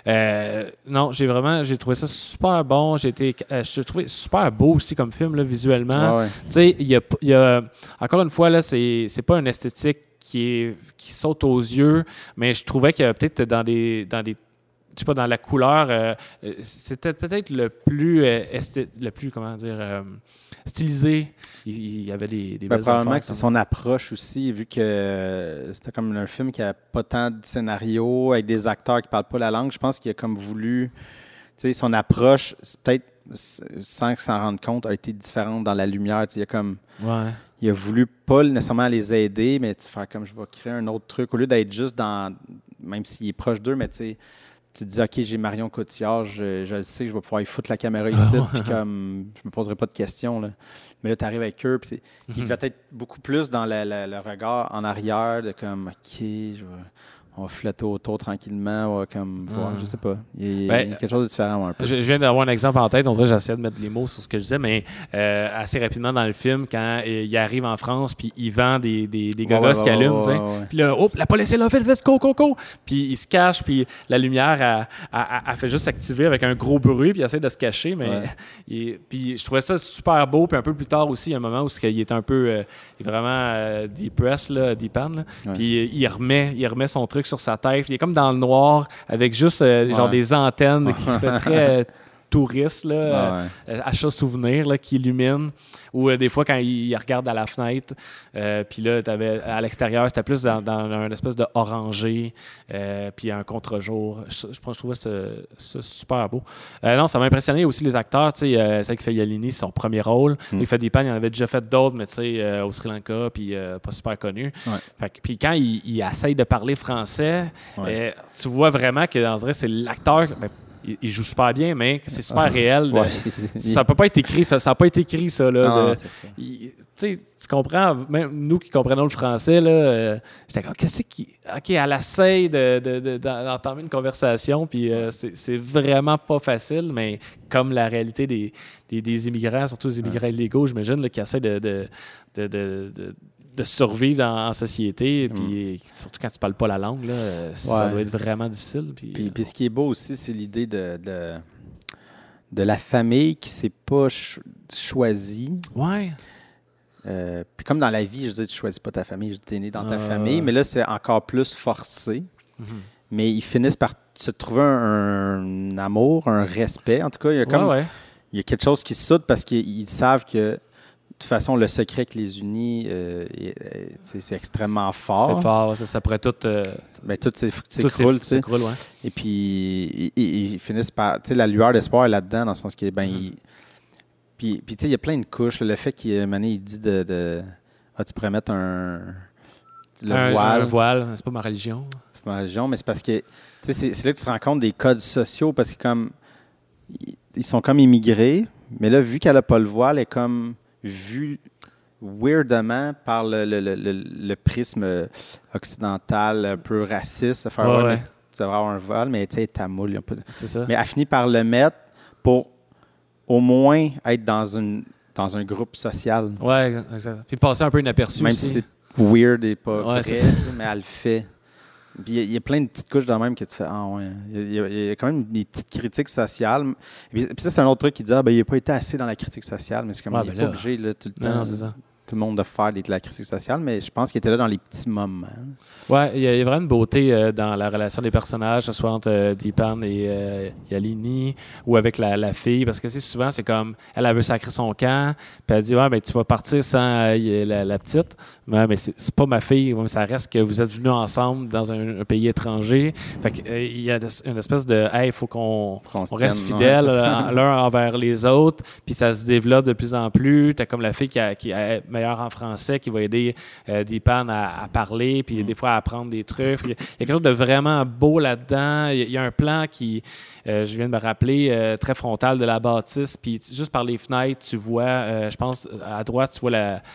S1: non, j'ai trouvé ça super bon. Je l'ai trouvé super beau aussi comme film là, visuellement.
S2: Ouais.
S1: Tu sais, il y a encore une fois là, c'est pas une esthétique qui saute aux yeux, mais je trouvais que peut-être dans des je sais pas, dans la couleur, c'était peut-être le plus comment dire, stylisé. Il y avait des belles
S2: probablement
S1: affaires,
S2: que c'est son approche aussi, vu que c'était comme un film qui n'a pas tant de scénario, avec des acteurs qui ne parlent pas la langue. Je pense qu'il a comme voulu, tu sais, son approche, c'est peut-être, sans qu'il s'en rende compte, a été différente dans la lumière. Tu sais, il a voulu pas nécessairement les aider, mais faire comme je vais créer un autre truc, au lieu d'être juste dans, même s'il est proche d'eux, mais tu sais, tu te dis, OK, j'ai Marion Cotillard, je le sais, je vais pouvoir y foutre la caméra ici, puis comme, je me poserai pas de questions. Là. Mais là, tu arrives avec eux, puis il devait être beaucoup plus dans le regard en arrière, de comme, OK, on va flotter autour tranquillement, on va comme, voir, je sais pas. Il y a quelque chose de différent un peu.
S1: Je viens d'avoir un exemple en tête, on dirait que j'essayais de mettre les mots sur ce que je disais, mais assez rapidement dans le film, quand il arrive en France, puis il vend des gogos qui allument, tu sais. Puis là, la police est là, vite, go! Puis il se cache, puis la lumière, elle fait juste s'activer avec un gros bruit, puis il essaie de se cacher, mais puis je trouvais ça super beau, puis un peu plus tard aussi, il y a un moment où il est un peu vraiment deep-pan, puis il remet son truc sur sa tête. Il est comme dans le noir avec juste genre des antennes qui se fait très touriste, là, achat souvenir là, qui illumine. Ou des fois, quand il regarde à la fenêtre, puis là, à l'extérieur, c'était plus dans une espèce de orangé, puis un contre-jour. Je trouvais ça super beau. Non, ça m'a impressionné aussi les acteurs. Tu sais, celle qui fait Yalini, c'est son premier rôle. Il fait des pannes, il en avait déjà fait d'autres, mais tu sais, au Sri Lanka, puis pas super connu. Puis quand il essaye de parler français, tu vois vraiment que, on dirait, c'est l'acteur... Il joue super bien, mais c'est super réel. Ça peut pas être écrit, ça n'a pas été écrit, ça. Là, tu comprends, même nous qui comprenons le français, là, j'étais comme, qu'est-ce qui... OK, elle essaie d'entamer une conversation, puis c'est vraiment pas facile, mais comme la réalité des immigrants, surtout les immigrants illégaux, j'imagine, là, qui essaient de survivre en société, puis surtout quand tu parles pas la langue, là, ça doit être vraiment difficile.
S2: Puis ce qui est beau aussi, c'est l'idée de la famille qui s'est pas choisie.
S1: Ouais.
S2: Puis comme dans la vie, je veux dire, tu choisis pas ta famille, tu es né dans ta famille, mais là, c'est encore plus forcé. Mais ils finissent par se trouver un amour, un respect. En tout cas, il y a comme il y a quelque chose qui saute parce qu'ils savent que de toute façon, le secret qui les unit, c'est extrêmement fort.
S1: C'est fort, ça pourrait tout...
S2: tout s'écroule, ouais. Et puis, ils finissent par... Tu sais, la lueur d'espoir est là-dedans, dans le sens que, puis tu sais, il y a plein de couches. Le fait qu'il dit tu pourrais mettre le voile.
S1: Un voile, c'est pas ma religion.
S2: C'est pas ma religion, mais c'est parce que, tu sais, c'est là que tu te rends compte des codes sociaux, parce que comme... Ils sont comme immigrés, mais là, vu qu'elle n'a pas le voile, elle est comme... vu weirdement par le prisme occidental un peu raciste, tu devrais avoir un voile, mais tu sais, tamoule.
S1: C'est ça.
S2: Mais elle finit par le mettre pour au moins être dans un groupe social.
S1: Oui, exact. Puis passer un peu inaperçu
S2: même
S1: aussi.
S2: Si c'est weird et pas vrai,
S1: ça.
S2: Mais elle le fait. Puis il y a plein de petites couches de même que tu fais, il y a quand même des petites critiques sociales. Puis ça, c'est un autre truc qui dit, il n'a pas été assez dans la critique sociale, mais c'est comme, il n'est pas obligé là, tout le temps.
S1: Non, c'est ça.
S2: Tout le monde de faire de la critique sociale, mais je pense qu'il était là dans les petits moments.
S1: Oui, il y a vraiment une beauté dans la relation des personnages, que ce soit entre Deepan et Yalini, ou avec la fille, parce que souvent, c'est comme, elle veut sacrer son camp, puis elle dit, tu vas partir sans la petite, mais c'est pas ma fille, ça reste que vous êtes venus ensemble dans un pays étranger. Fait qu'il y a une espèce de, il faut qu'on reste fidèles l'un envers les autres, puis ça se développe de plus en plus. T'as comme la fille qui est meilleure en français, qui va aider Deepan à parler, puis des fois à apprendre des trucs. Il y a quelque chose de vraiment beau là-dedans. Il y a un plan qui, je viens de me rappeler, très frontal de la bâtisse, puis juste par les fenêtres, tu vois, je pense, à droite, tu vois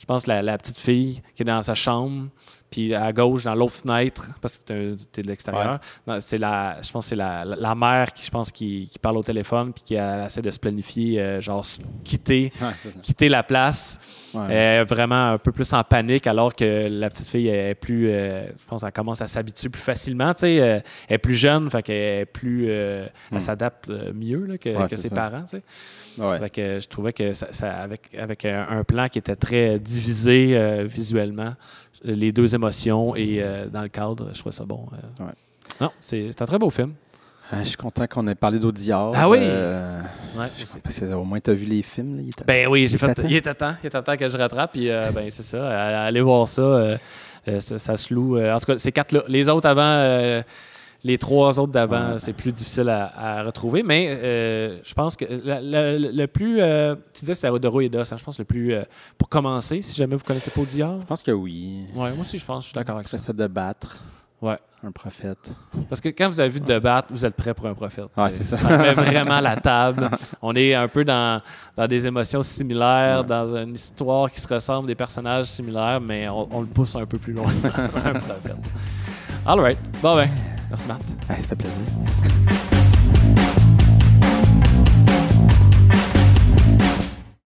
S1: je pense, la petite fille qui est dans sa chambre, puis à gauche, dans l'autre fenêtre, parce que t'es de l'extérieur, je pense que c'est la mère qui parle au téléphone, puis qui essaie de se planifier, quitter la place. Vraiment un peu plus en panique, alors que la petite fille est plus, je pense qu'elle commence à s'habituer plus facilement. Elle est plus jeune, fait qu'elle est plus, elle s'adapte mieux là, que ses parents. Fait que je trouvais que avec un plan qui était très divisé visuellement, les deux émotions et dans le cadre, je trouvais ça bon. Non, c'est un très beau film.
S2: Je suis content qu'on ait parlé d'Audiard.
S1: Ah oui?
S2: Parce qu'au moins, tu as vu les films. Là,
S1: oui, il était temps que je rattrape. Puis, c'est ça. Allez voir ça. Ça se loue. En tout cas, ces 4-là. Les autres avant, les 3 autres d'avant, c'est plus difficile à retrouver. Mais je pense que le plus. Tu disais que c'était de Roy et Dos. Je pense le plus. Pour commencer, si jamais vous ne connaissez pas Audiard.
S2: Je pense que oui.
S1: Oui, moi aussi, je suis d'accord avec ça.
S2: C'est ça de battre.
S1: Ouais.
S2: Un prophète.
S1: Parce que quand vous avez vu de battre, vous êtes prêt pour un prophète.
S2: C'est ça.
S1: Ça met vraiment la table. On est un peu dans des émotions similaires, dans une histoire qui se ressemble, des personnages similaires, mais on le pousse un peu plus loin. Un prophète. All right. Bon, merci, Matt.
S2: Ça fait plaisir.